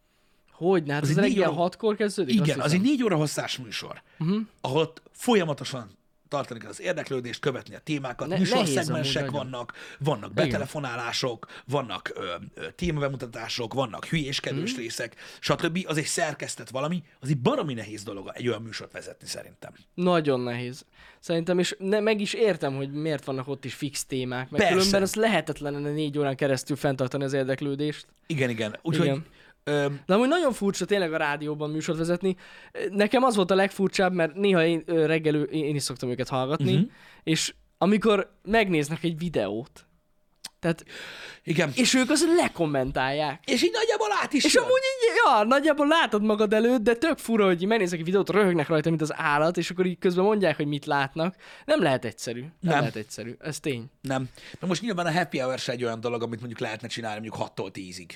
Hogyne, hát Az az, egy az négy reggel óra- hatkor kezdődik? Igen, azt az egy hiszem. négy óra hosszás műsor, uh-huh. ahol ott folyamatosan tartani kell az érdeklődést, követni a témákat, Ne- műsorszegmensek nehéz amúgy vannak, vannak betelefonálások, vannak ö, ö, témabemutatások, vannak hülyéskedős Mhm. részek, stb. Az egy szerkesztett valami, az egy baromi nehéz dolog egy olyan műsort vezetni szerintem. Nagyon nehéz. Szerintem, és ne, meg is értem, hogy miért vannak ott is fix témák, mert Persze. különben az lehetetlen lenne négy órán keresztül fenntartani az érdeklődést. Igen, igen. Úgyhogy Igen. ö, De amúgy nagyon furcsa tényleg a rádióban műsort vezetni. Nekem az volt a legfurcsább, mert néha én ö, reggel ő- én is szoktam őket hallgatni, Mhm. uh-huh. és amikor megnéznek egy videót, tehát, igen. és ők azt lekommentálják. És így nagyjából át is És jön. amúgy így, ja, nagyjából látod magad előtt, de tök fura, hogy így megnézek egy videót, röhögnek rajta, mint az állat, és akkor így közben mondják, hogy mit látnak. Nem lehet egyszerű. Nem, Nem. nem. lehet egyszerű. Ez tény. Nem. Na most nyilván a happy hour se egy olyan dolog, amit mondjuk lehetne csinálni mondjuk hattól tízig.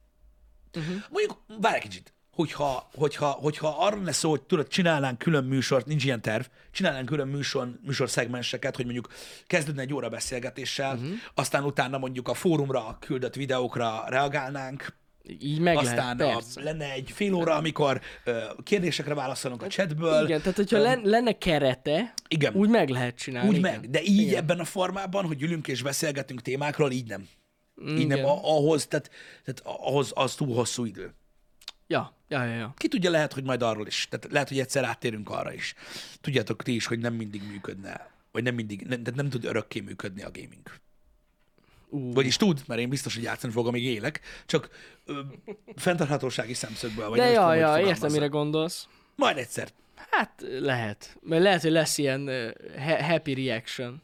Uh-huh. Mondjuk, várj egy kicsit, hogyha, hogyha, hogyha arra lenne szó, hogy tudod, csinálnánk külön műsort, nincs ilyen terv, csinálnánk külön műsor, műsorszegmenseket, hogy mondjuk kezdődne egy óra beszélgetéssel, uh-huh. aztán utána mondjuk a fórumra küldött videókra reagálnánk, Így meg aztán lehet, a, persze. lenne egy fél óra, amikor ö, kérdésekre válaszolunk a chatből. Igen, tehát hogyha len, lenne kerete, Igen. úgy meg lehet csinálni. Úgy igen. meg, de így igen. Ebben a formában, hogy ülünk és beszélgetünk témákról, így nem. Így Igen. nem, a- ahhoz, tehát, tehát ahhoz az túl hosszú idő. Ja, ja, ja, ja. Ki tudja, lehet, hogy majd arról is. Tehát lehet, hogy egyszer áttérünk arra is. Tudjátok ti is, hogy nem mindig működne, vagy nem mindig, nem, tehát nem tud örökké működni a gaming. Ú, Vagyis tud, mert én biztos, hogy játszani fogom, amíg élek, csak ö, fenntarthatósági szemszögből. Vagy de nem is ja, tudom, hogy ja, fogalmazzak. értem, mire gondolsz. Majd egyszer. Hát lehet. Mert lehet, hogy lesz ilyen uh, ha- happy reaction.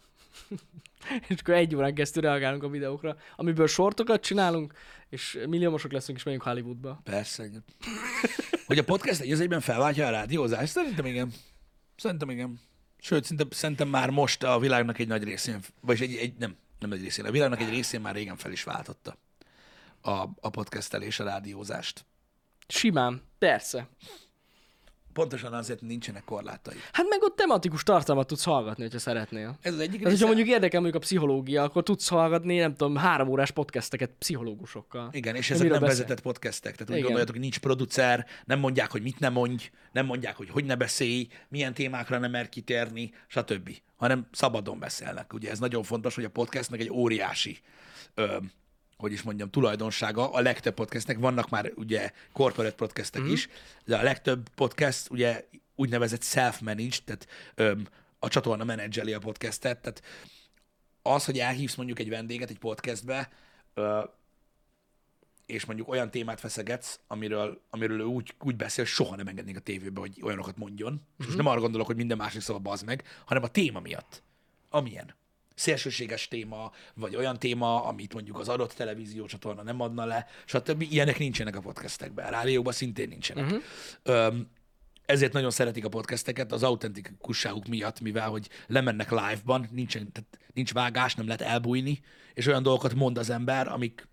És akkor egy órán keresztül reagálunk a videókra, amiből sortokat csinálunk, és milliómosok leszünk, és megyünk Hollywoodba. Persze. Igen. Hogy a podcast egy az egyben felváltja a rádiózást? Szerintem igen. Szerintem igen. Sőt, szerintem, szerintem már most a világnak egy nagy részén, vagy egy, egy nem, nem nagy részén, a világnak egy részén már régen fel is váltotta a, a podcastelés, a rádiózást. Simán, persze. Pontosan azért nincsenek korlátai. Hát meg ott tematikus tartalmat tudsz hallgatni, hogyha szeretnél. Ez az egyik Tehát, része. hogyha mondjuk érdekel mondjuk a pszichológia, akkor tudsz hallgatni, nem tudom, három órás podcasteket pszichológusokkal. Igen, és De ezek miről nem beszél? vezetett podcastek. Tehát úgy Igen. gondoljatok, hogy nincs producer, nem mondják, hogy mit ne mondj, nem mondják, hogy hogy ne beszélj, milyen témákra nem mer kitérni, stb. Hanem szabadon beszélnek. Ugye ez nagyon fontos, hogy a podcastnek egy óriási ö, hogy is mondjam, tulajdonsága a legtöbb podcastnek. Vannak már ugye corporate podcastek mm. is, de a legtöbb podcast ugye úgynevezett self-managed, tehát öm, a csatorna menedzseli a podcastet, tehát az, hogy elhívsz mondjuk egy vendéget egy podcastbe, ö, és mondjuk olyan témát feszegetsz, amiről, amiről ő úgy, úgy beszél, soha nem engednék a tévébe, hogy olyanokat mondjon. Mm-hmm. És most nem arra gondolok, hogy minden másik szó bazd meg, hanem a téma miatt. Amilyen. Szélsőséges téma, vagy olyan téma, amit mondjuk az adott televíziócsatorna nem adna le, stb. Ilyenek nincsenek a podcastekben. A rádióban szintén nincsenek. Uh-huh. Öm, ezért nagyon szeretik a podcasteket az autentikusságuk miatt, mivel hogy lemennek live-ban, nincsen, tehát nincs vágás, nem lehet elbújni, és olyan dolgokat mond az ember, amik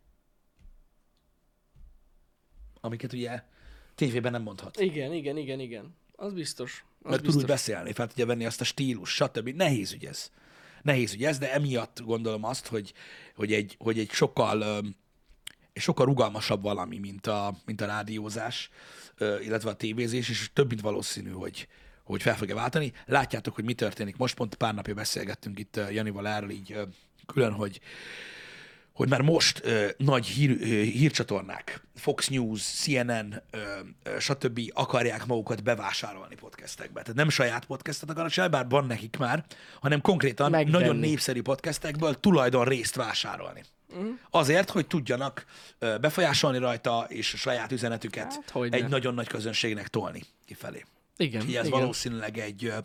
amiket ugye tévében nem mondhat. Igen, igen, igen, igen. Az biztos. Az Mert biztos. tud úgy beszélni, fel tudja venni azt a stílus, stb. Nehéz ügy ez. Nehéz ügy ez, de emiatt gondolom azt, hogy, hogy, egy, hogy egy sokkal, egy sokkal rugalmasabb valami, mint a, mint a rádiózás, illetve a tévézés, és több mint valószínű, hogy, hogy fel fogja váltani. Látjátok, hogy mi történik. Most pont pár napja beszélgettünk itt Janival erről így külön, hogy hogy már most ö, nagy hír, ö, hírcsatornák, Fox News, C N N, ö, ö, stb. Akarják magukat bevásárolni podcastekbe. Tehát nem saját podcastet akarnak csinálni, bár van nekik már, hanem konkrétan Megvenni. nagyon népszerű podcastekből tulajdon részt vásárolni. Mm. Azért, hogy tudjanak ö, befolyásolni rajta, és a saját üzenetüket Hát, hogyne. egy nagyon nagy közönségnek tolni kifelé. Igen, Így ez igen. valószínűleg egy... Ö,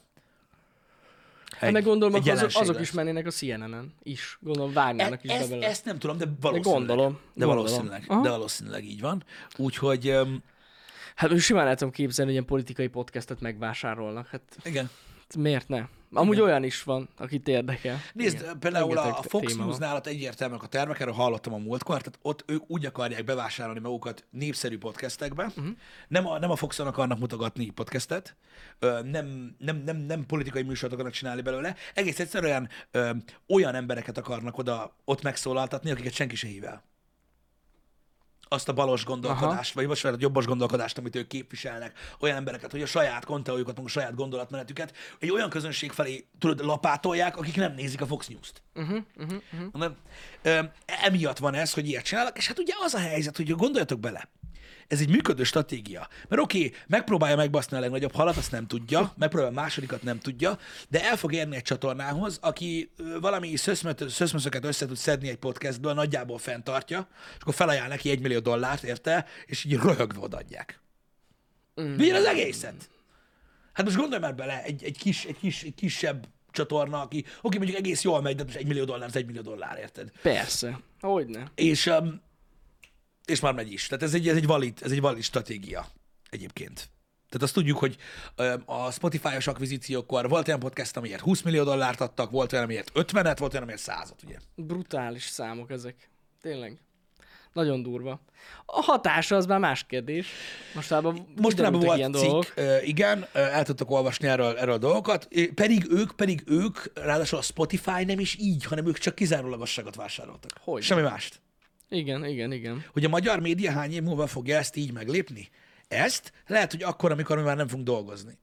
Hát meg gondolom, egy akkor azok, jelenség azok lesz. is mennének a C N N-en is. Gondolom, vágnának is E- be ezt, belőle. ezt nem tudom, de valószínűleg. gondolom, De gondolom. valószínűleg, Aha. de valószínűleg így van. Úgyhogy um, Hát most simán el tudom képzelni, hogy ilyen politikai podcastet megvásárolnak. Hát igen. miért ne? Amúgy Igen. olyan is van, akit érdekel. Nézd, Igen. például a, a Rengeteg Fox téma van. News-nál egyértelműek a tervek, erről hallottam a múltkor, tehát ott ők úgy akarják bevásárolni magukat népszerű podcastekbe, uh-huh. nem, a, nem a Foxon akarnak mutogatni podcastet, ö, nem, nem, nem, nem politikai műsort akarnak csinálni belőle, egész egyszerűen ö, olyan embereket akarnak oda ott megszólaltatni, akiket senki se hív el. Azt a balos gondolkodást, Aha. vagy most a jobbos gondolkodást, amit ők képviselnek, olyan embereket, hogy a saját konteójukat, a saját gondolatmenetüket egy olyan közönség felé tudod, lapátolják, akik nem nézik a Fox News-t. Uh-huh, uh-huh, uh-huh. Nem? Ö, emiatt van ez, hogy ilyet csinálnak, és hát ugye az a helyzet, hogy gondoljatok bele, ez egy működő stratégia. Mert oké, okay, megpróbálja megbaszni a legnagyobb halat, azt nem tudja, megpróbálja a másodikat nem tudja, de el fog érni egy csatornához, aki ö, valami szöszmöt- szöszmöszöket össze tud szedni egy podcastből, nagyjából fenntartja, és akkor felajánl neki egy millió dollárt, érte, és így röhögve odaadják. Mm. Milyen az egészet? Hát most gondolj már bele, egy, egy, kis, egy, kis, egy kisebb csatorna, aki, oké, mondjuk egész jól megy, de most egy millió dollár, az egy millió dollár, érted? Persze. Hogyne. És, um, és már megy is. Tehát ez egy, ez egy valid, ez egy valid stratégia egyébként. Tehát azt tudjuk, hogy um, a Spotify-os akvizíciókkor volt olyan podcast, amiért húsz millió dollárt adtak, volt olyan, amiért ötvenet, volt olyan, amiért százat, ugye? Brutális számok ezek. Tényleg. Nagyon durva. A hatása az már más kérdés. Mostában Mostanában volt ilyen cikk, dolgok. uh, igen, uh, el tudtok olvasni erről, erről a dolgokat, eh, pedig ők, pedig ők, ráadásul a Spotify nem is így, hanem ők csak kizárólagosságot vásároltak. Hogy? Semmi mást. Igen, igen, igen. Hogy a magyar média hány év múlva fogja ezt így meglépni? Ezt lehet, hogy akkor, amikor mi már nem fogunk dolgozni.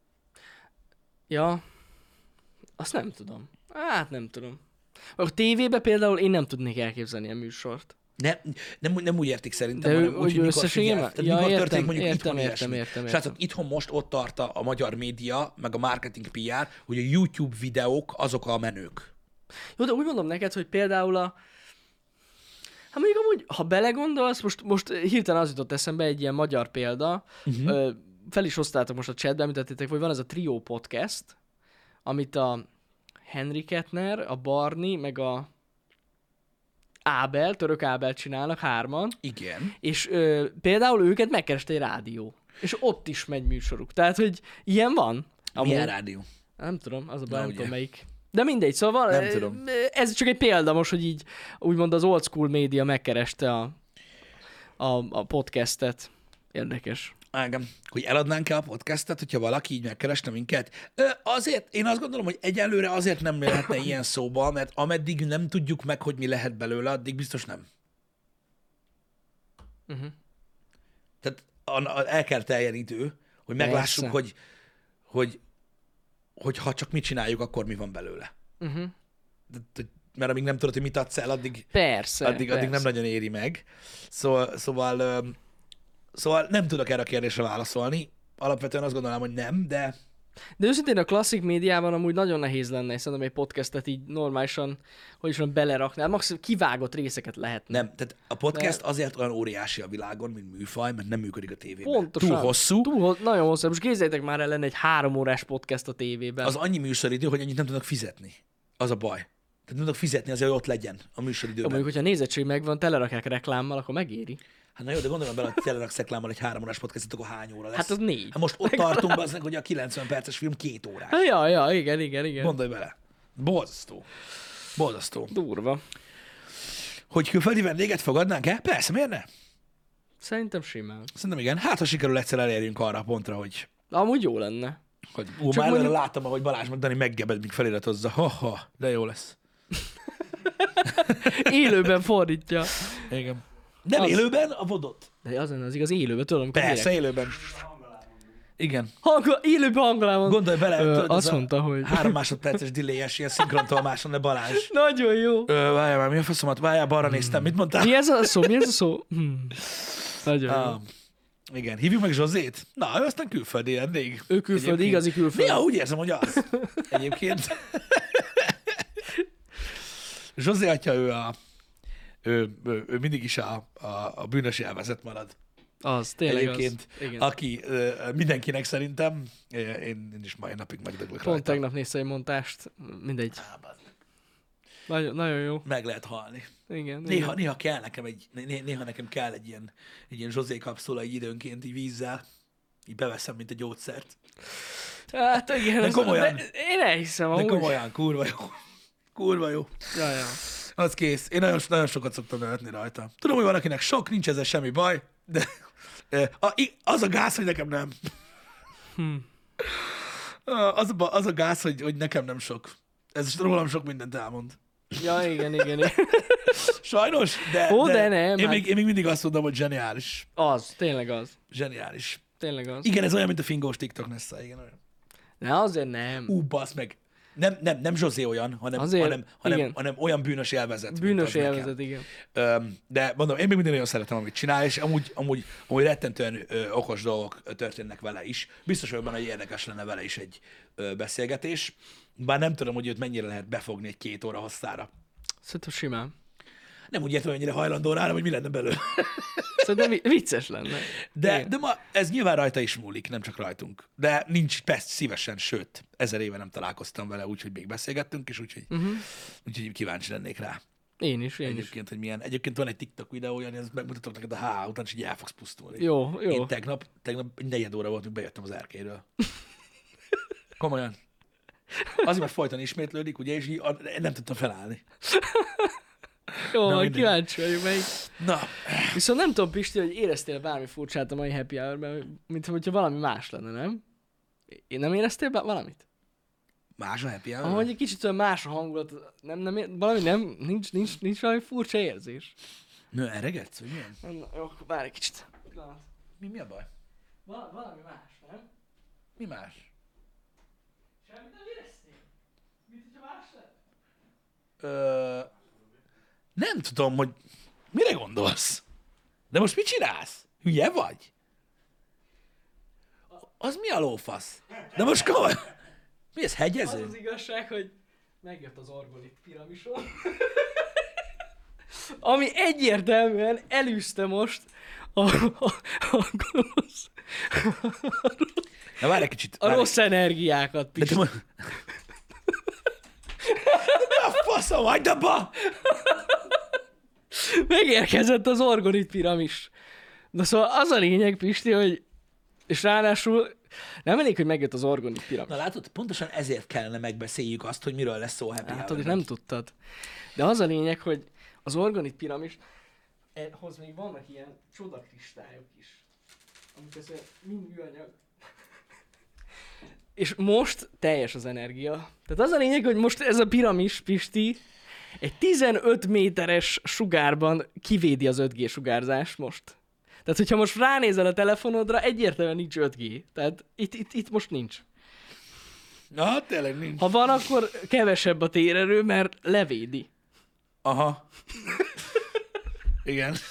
Ja, azt nem tudom. Hát nem tudom. A tévében például én nem tudnék elképzelni a műsort. Nem, nem, nem úgy értik szerintem, De hanem ő- úgy, úgy hogy mikor összességében? figyel. Tehát Ja, mikor értem, történik mondjuk értem, itthon értem, ilyesmi. értem, értem. Srácok, itthon most ott tart a, a magyar média, meg a marketing pé er, hogy a YouTube videók azok a menők. Jó, de úgy mondom neked, hogy például a... Hát mondjuk amúgy, ha belegondolsz, most, most hirtelen az jutott eszembe egy ilyen magyar példa, uh-huh. Ö, fel is hoztátok most a chatbe, említettétek, hogy van ez a Trio podcast, amit a Henry Kettner, a Barni, meg a Ábel, Török Ábel csinálnak, hárman, Igen. és ö, például őket megkereste egy rádió, és ott is megy műsoruk. Tehát, hogy ilyen van. Milyen rádió? Nem tudom, az a baj, Na, nem ugye. tudom melyik. De mindegy, szóval Nem eh, tudom. ez csak egy példa most, hogy így úgymond az old school média megkereste a, a, a podcastet. Érdekes. Igen. Hogy eladnánk-e a podcastet, hogyha valaki így megkeresne minket? Ö, azért, én azt gondolom, hogy egyelőre azért nem lehetne ilyen szóba, mert ameddig nem tudjuk meg, hogy mi lehet belőle, addig biztos nem. Uh-huh. Tehát a, a, el kell teljen idő, hogy meglássuk, hogy, hogy, hogy ha csak mit csináljuk, akkor mi van belőle. Uh-huh. De, de, mert amíg nem tudod, hogy mit adsz el, addig, Persze, addig, persze. addig nem nagyon éri meg. Szóval, szóval, öm, szóval nem tudok erre a kérdésre válaszolni. Alapvetően azt gondolom, hogy nem, de De őszintén a klasszik médiában amúgy nagyon nehéz lenne, szerintem egy podcastet így normálisan, hogy is van, beleraknál. Maximum kivágott részeket lehetne. nem. Tehát a podcast De- azért olyan óriási a világon, mint műfaj, mert nem működik a tévében. Pontosan. Túl hosszú. Túl, ho- nagyon hosszú. Most képzeljétek már el lenne egy három órás podcast a tévében. Az annyi műsoridő, hogy annyit nem tudnak fizetni. Az a baj. Tehát nem tudnak fizetni azért, hogy ott legyen a Jó, műsoridőben. mondjuk, hogyha nézettség megvan, telerakják reklámmal, akkor megéri. Hát na jó, de gondolom bele, hogy teleraksz reklámmal egy három órás podcastot, akkor hány óra lesz? Hát az négy. Hát most ott tartunk, az, hogy a kilencven perces film két órás. Hát, ja, ja, igen, igen, igen. Gondolj bele. Borzasztó. Borzasztó. Durva. Hogy külföldi vendéget fogadnánk-e? Persze, miért ne? Szerintem simán. Szerintem igen. Hát, ha sikerül egyszer elérjünk arra a pontra, hogy, Amúgy jó lenne. hogy ú, már mondjuk- előre láttam, ahogy Balázs meg Dani meggebed, míg feliratozza. Ha-ha, de jó lesz. Élőben fordítja. Igen. Nem Az- élőben, a vodot. De az lenne az igaz, élőben, tudom, amikor Persze, direkt- élőben. Igen. Hangol, élőben hangolában. Gondolj bele, Ö, tudod, azt ez a mondta, hogy... három másodperces delay-es ilyen szinkrontolmáson, de Balázs. Nagyon jó. Ö, várjál már, mi a faszomat? Várjál, balra néztem. Mit mondtál? Mi ez a szó? Mi ez a szó? Hmm. Nagyon jó. Ah, igen, hívjuk meg Zsozét? Na, ő aztán külföldi vendég. Ő külföldi, Egyébként. igazi külföldi. Néha úgy érzem, hogy az. Egyébként. Zsozé atya, ő, a, ő, ő, ő mindig is a, a, a bűnös élvezet marad. Az, tényleg Egyébként, az. Igen. aki ö, mindenkinek szerintem, én, én is mai napig megdöglök Pont rajta. tegnap néztem egy montást, mindegy. Á, bazd meg. Nagyon, nagyon jó. Meg lehet halni. Igen. Néha, igen. néha kell nekem egy, né- néha nekem kell egy ilyen, egy ilyen Zsozé kapszula így időnként így vízzel. Így beveszem, mint a gyógyszert. Hát igen. De az- komolyan. De én elhiszem, De amúgy. komolyan, kurva jó. Kurva jó. Ja, ja. Az kész. Én nagyon, nagyon sokat szoktam nevetni rajta. Tudom, hogy valakinek sok, nincs ezzel semmi baj, de eh, a, i- az a gáz, hogy nekem nem. Hm. Ah, Az a, ba- az a gáz, hogy, hogy nekem nem sok. Ez rólam sok mindent elmond. Ja, igen, igen, igen. Sajnos, de, Ó, de nem, én, hát- még, én még mindig azt mondom, hogy zseniális. Az, tényleg az. Zseniális. Tényleg az. Igen, ez olyan, mint a fingós TikTok Nessa, igen. Olyan. Ne, azért nem. Ú, basz meg. Nem, nem, nem Zsozé olyan, hanem, Azért, hanem, hanem, igen. hanem olyan bűnös élvezet. mint Bűnös az nekem. élvezet, igen. Öm, de mondom, én még mindig nagyon szeretem, amit csinál, és amúgy, amúgy, amúgy rettentően ö, okos dolgok ö, történnek vele is. Biztos vagyok benne, hogy érdekes lenne vele is egy ö, beszélgetés. Bár nem tudom, hogy őt mennyire lehet befogni egy két óra hosszára. Szerintem simán. Nem úgy értem, hogy mennyire hajlandó rá, hanem hogy mi lenne belőle. Szerintem vi- vicces lenne. De, Igen. de ma ez nyilván rajta is múlik, nem csak rajtunk. De nincs, persze szívesen, sőt, ezer éve nem találkoztam vele, úgyhogy még beszélgettünk, és úgyhogy, uh-huh. úgyhogy kíváncsi lennék rá. Én is, én is. Egyébként, hogy milyen. Egyébként van egy TikTok videója, ezt megmutatok neked a há után, és így el fogsz pusztulni. Jó, jó. Én tegnap, tegnap egy negyed óra volt, míg bejöttem az erkéről. Komolyan. Azért, mert folyton ismétlődik, ugye, és így a- nem tudtam felállni. Jó, Na, majd mindegy. kíváncsi vagyok melyik. Na, Viszont nem tudom, Pisti, hogy éreztél bármi furcsát a mai happy hour-ben, mint hogyha valami más lenne, nem? Én nem éreztél bár valamit? más a happy hour? Ahogy egy kicsit olyan más a hangulat, nem, nem, ér- valami nem, nincs, nincs, nincs valami furcsa érzés. Nő, eregetsz, vagy milyen? Na, jó, akkor várj egy kicsit. Mi, mi a baj? Val- valami más, nem? Mi más? Semmit nem éreztél? Mint hogyha más lett? Ö, nem tudom, hogy mire gondolsz. De most mit csinálsz? Hülye vagy? Az mi a lófasz? De most komolyan. Mi ez, Az hegyező? az igazság, hogy megjött az orgonit piramison. Ami egyértelműen elűzte most a, a, a, gonosz, Na várj egy kicsit. a várj. rossz energiákat, De Pisti. te mo- De a faszom, hagyd abba! Megérkezett az orgonit piramis. De szóval az a lényeg, Pisti, hogy és ráadásul nem elég, hogy megjött az orgonit piramis. Na látod, pontosan ezért kellene megbeszéljük azt, hogy miről lesz szó happy Látod, hour-ben. és nem tudtad. De az a lényeg, hogy az orgonit piramis, hoz még vannak ilyen csodakristályok is. Amit ez mind műanyag. És most teljes az energia. Tehát az a lényeg, hogy most ez a piramis, Pisti, egy tizenöt méteres sugárban kivédi az öt G sugárzást most. Tehát, hogyha most ránézel a telefonodra, egyértelműen nincs öt G. Tehát itt, itt, itt most nincs. Na, tényleg nincs. Ha van, akkor kevesebb a térerő, mert levédi. Aha. Igen.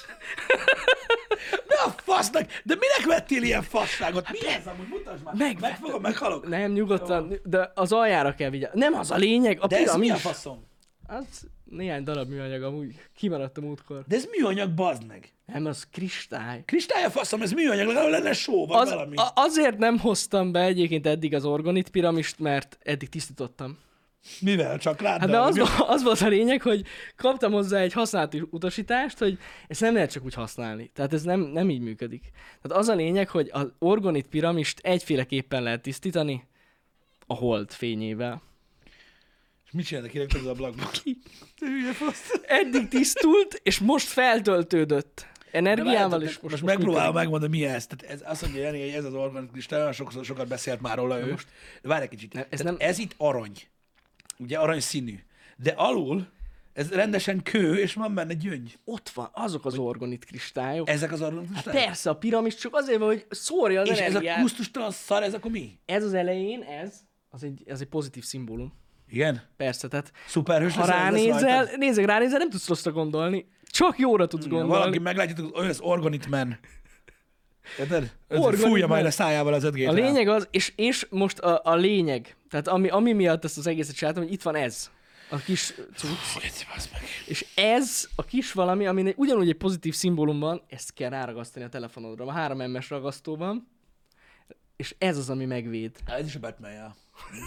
Mi a fasznak? De minek vettél ilyen fasságot? Mi ez amúgy? Mutasd már. Meg- Megfogom, meghalok. Nem, nyugodtan, de az aljára kell vigyázni. Nem az a lényeg, a De ez piramis. mi a faszom? Az néhány darab műanyag, amúgy kimaradt a múltkor. De ez műanyag, bazd meg. Nem, az kristály. Kristály a faszom, ez műanyag, legalább lenne só, vagy Az, valami. a, azért nem hoztam be egyébként eddig az orgonit piramist, mert eddig tisztítottam. Mivel? Csak rád? Hát de az, az volt a lényeg, hogy kaptam hozzá egy használati utasítást, hogy ezt nem lehet csak úgy használni. Tehát ez nem, nem így működik. Tehát az a lényeg, hogy az orgonit piramist egyféleképpen lehet tisztítani, a hold fényével. És mit csináltak kiraktak az ablakba? Hülye fasz. Eddig tisztult, és most feltöltődött. Energiával is. Most, most megpróbálom megmondani, mi ez. Tehát ez azt mondja, Jani, hogy ez az organik kristály, olyan sokszor sokat beszélt már róla ő. Most. De várj egy kicsit. Nem, ez ez, nem- ez itt arany. Ugye arany színű. De alul ez rendesen kő, és van benne gyöngy. Ott van, azok az orgonit kristályok. Ezek az arany Hát kristályok? persze, a piramis csak azért van, hogy szórja az És ez a energiát. kusztustalan szar, ez akkor mi? Ez az elején, ez, az egy, ez egy pozitív szimbólum. Igen? Persze, tehát Szuperhős ha lesz, ez lesz ránézel, rajtad? nézzek, ránézel, nem tudsz rosszra gondolni. Csak jóra tudsz Igen, gondolni. valaki meglátja, hogy olyan az organit man. Érted? Ez Organit Fújja man. majd a szájával az öt G-t. A lényeg az, és, és most a, a lényeg, tehát ami, ami miatt ezt az egészet csináltam, hogy itt van ez, a kis cucc, és ez a kis valami, amin egy, ugyanúgy egy pozitív szimbólum van, ezt kell ráragasztani a telefonodra. A három em-es ragasztó van, és ez az, ami megvéd. Ez is a batman -ja.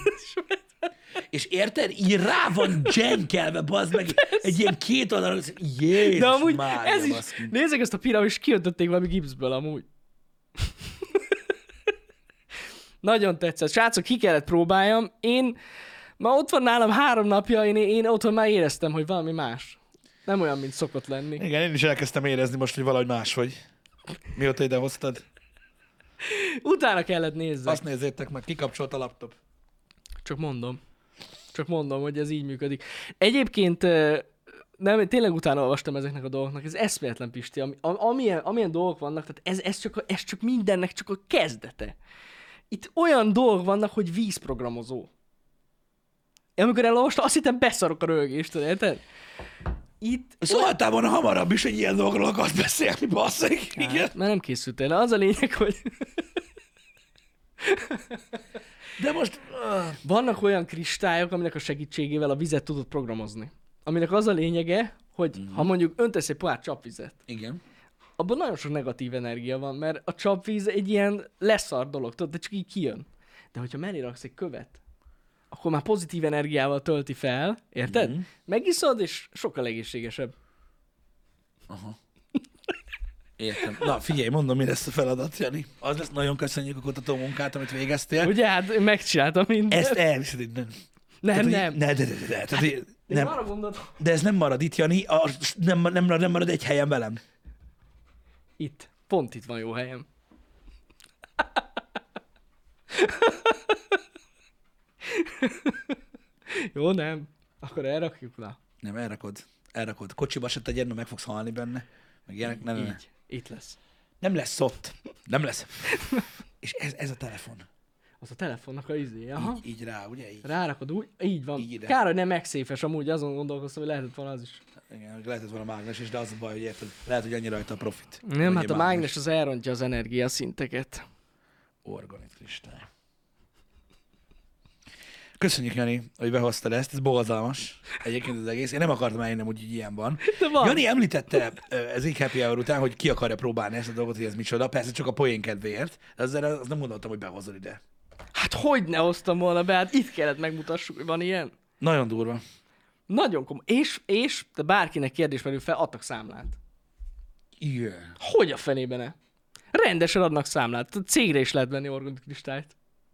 És érted? Így rá van dzsenkelve, bazd meg, egy ilyen két oldalon, Jézus De amúgy Mária, ez is, baszki. nézzek ezt a piramist, kiöntötték valami gipszből amúgy. Nagyon tetszett. Srácok, ki kellett próbáljam. Én, ma ott van nálam három napja, én, én otthon már éreztem, hogy valami más. Nem olyan, mint szokott lenni. Igen, én is elkezdtem érezni most, hogy valahogy máshogy. Mióta ide hoztad? Utána kellett nézzek. Azt nézzétek meg, kikapcsolt a laptop. Csak mondom. Csak mondom, hogy ez így működik. Egyébként ö, nem, tényleg utána olvastam ezeknek a dolgoknak, ez eszméletlen, Pisti. Ami, amilyen, amilyen dolgok vannak, tehát ez, ez, csak a, ez csak mindennek csak a kezdete. Itt olyan dolgok vannak, hogy vízprogramozó. Én amikor elolvastam, azt hittem beszarok a rögést, érted? Itt... Szóltál volna hamarabb is, hogy ilyen dolgokról akarsz beszélni, basszik. Igen. Hát, mert nem készültél el. Az a lényeg, hogy De most... Uh, vannak olyan kristályok, aminek a segítségével a vizet tudod programozni. Aminek az a lényege, hogy mm. ha mondjuk öntesz egy pohár csapvizet, igen. abban nagyon sok negatív energia van, mert a csapvíz egy ilyen leszar dolog, tudod, de csak így kijön. De hogyha mellé raksz egy követ, akkor már pozitív energiával tölti fel, érted? Mhm. Megiszod, és sokkal egészségesebb. Aha. Értem. Na figyelj, mondom, mi lesz a feladat, Jani. Az lesz, nagyon köszönjük a kutató munkát, amit végeztél. Ugye, hát én megcsináltam mindent. Ezt elviszed innen. nem, Tehát, nem. hogy- Ne, de, de, de, de, tehát, hogy- Én nem. arra gondoltam. De ez nem marad itt, Jani. A, nem, nem, nem marad egy helyen velem. Itt. Pont itt van jó helyem. Jó, nem. Akkor elrakjuk, na. Nem, elrakod. Elrakod. Kocsiba se tegyed, mert meg fogsz halni benne. Meg ilyenek. Nem, nem, nem. Így. Itt lesz. Nem lesz ott. Nem lesz. És ez, ez a telefon. Az a telefonnak a izé. Aha. Így, így rá, ugye? Így. Rárakod úgy, így van. Így ide. Kár, hogy nem megszéfes, amúgy azon gondolkoztam, hogy lehetett volna az is. Igen, lehetett volna mágnes is, de az a baj, hogy érted, lehet, hogy annyi rajta a profit. Nem, Hogy hát egy a mágnes az elrontja az energiaszinteket. Organit kristály. Köszönjük, Jani, hogy behoztad ezt, ez borzalmas. Egyébként az egész. Én nem akartam eljönni, hogy így ilyen van. De van. Jani említette ö, ez így happy hour után, hogy ki akarja próbálni ezt a dolgot, hogy ez micsoda. Persze csak a poén kedvéért, de ezzel azt nem gondoltam, hogy behozod ide. Hát hogy ne hoztam volna be, hát itt kellett megmutassuk, hogy van ilyen. Nagyon durva. Nagyon komoly. És, és, de bárkinek kérdés merül fel, adtak számlát. Igen. Hogy a fenében ne? Rendesen adnak számlát. A cégre is lehet venni organik kristályt.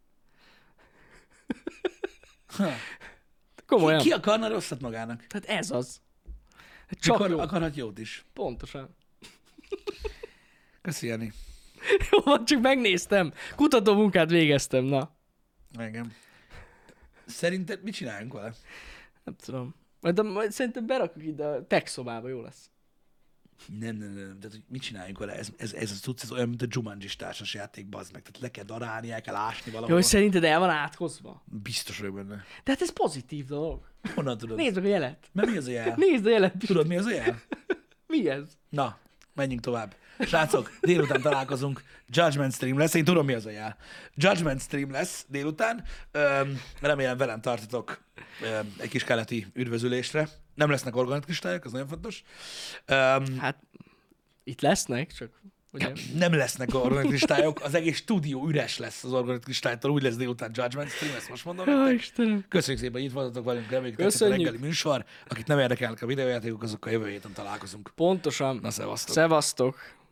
Ha. Komolyan. Ki, ki akarna rosszat magának? Tehát ez az. Hát Csak csak Akar, jó. akarhat jót is. Pontosan. Köszi, Jani. Jó, van, csak megnéztem. Kutató munkát végeztem, na. Igen. Szerinted mit csináljunk vele? Nem tudom. Majd, majd szerintem berakjuk ide a tech szobába, jó lesz. Nem, nem, nem. Tehát, hogy mit csináljunk vele? Ez, ez, ez, ez, ez olyan, mint a Jumanji-s társas játék, bazd meg. Tehát le kell darálni, el kell ásni Jó, valahol. hogy szerinted el van áthozva? Biztos vagyok benne. De hát ez pozitív dolog. Honnan tudod? Nézd meg a jelet. Mert mi az a jel? Nézd a jelet. Tudod, mi az a jel? Mi ez? Na, menjünk tovább. Srácok, délután találkozunk. Judgment Stream lesz. Én tudom, mi az a jel. Judgment Stream lesz délután. Öm, remélem velem tartotok öm, egy kis keleti üdvözülésre. Nem lesznek organitkristályok, az nagyon fontos. Öm, Hát, itt lesznek, csak ugye... nem lesznek organitkristályok. Az egész stúdió üres lesz az organitkristálytól. Úgy lesz délután Judgment Stream, ezt most mondom Jó, nektek. Istenem. Köszönjük szépen, hogy itt voltatok velünk. Reméljük, tetszett a Köszönjük. reggeli műsor. Akit nem érdekelnek a videójátékok, azokkal jövő héten találkozunk. Pontosan. Na, szevasztok. Szevasztok.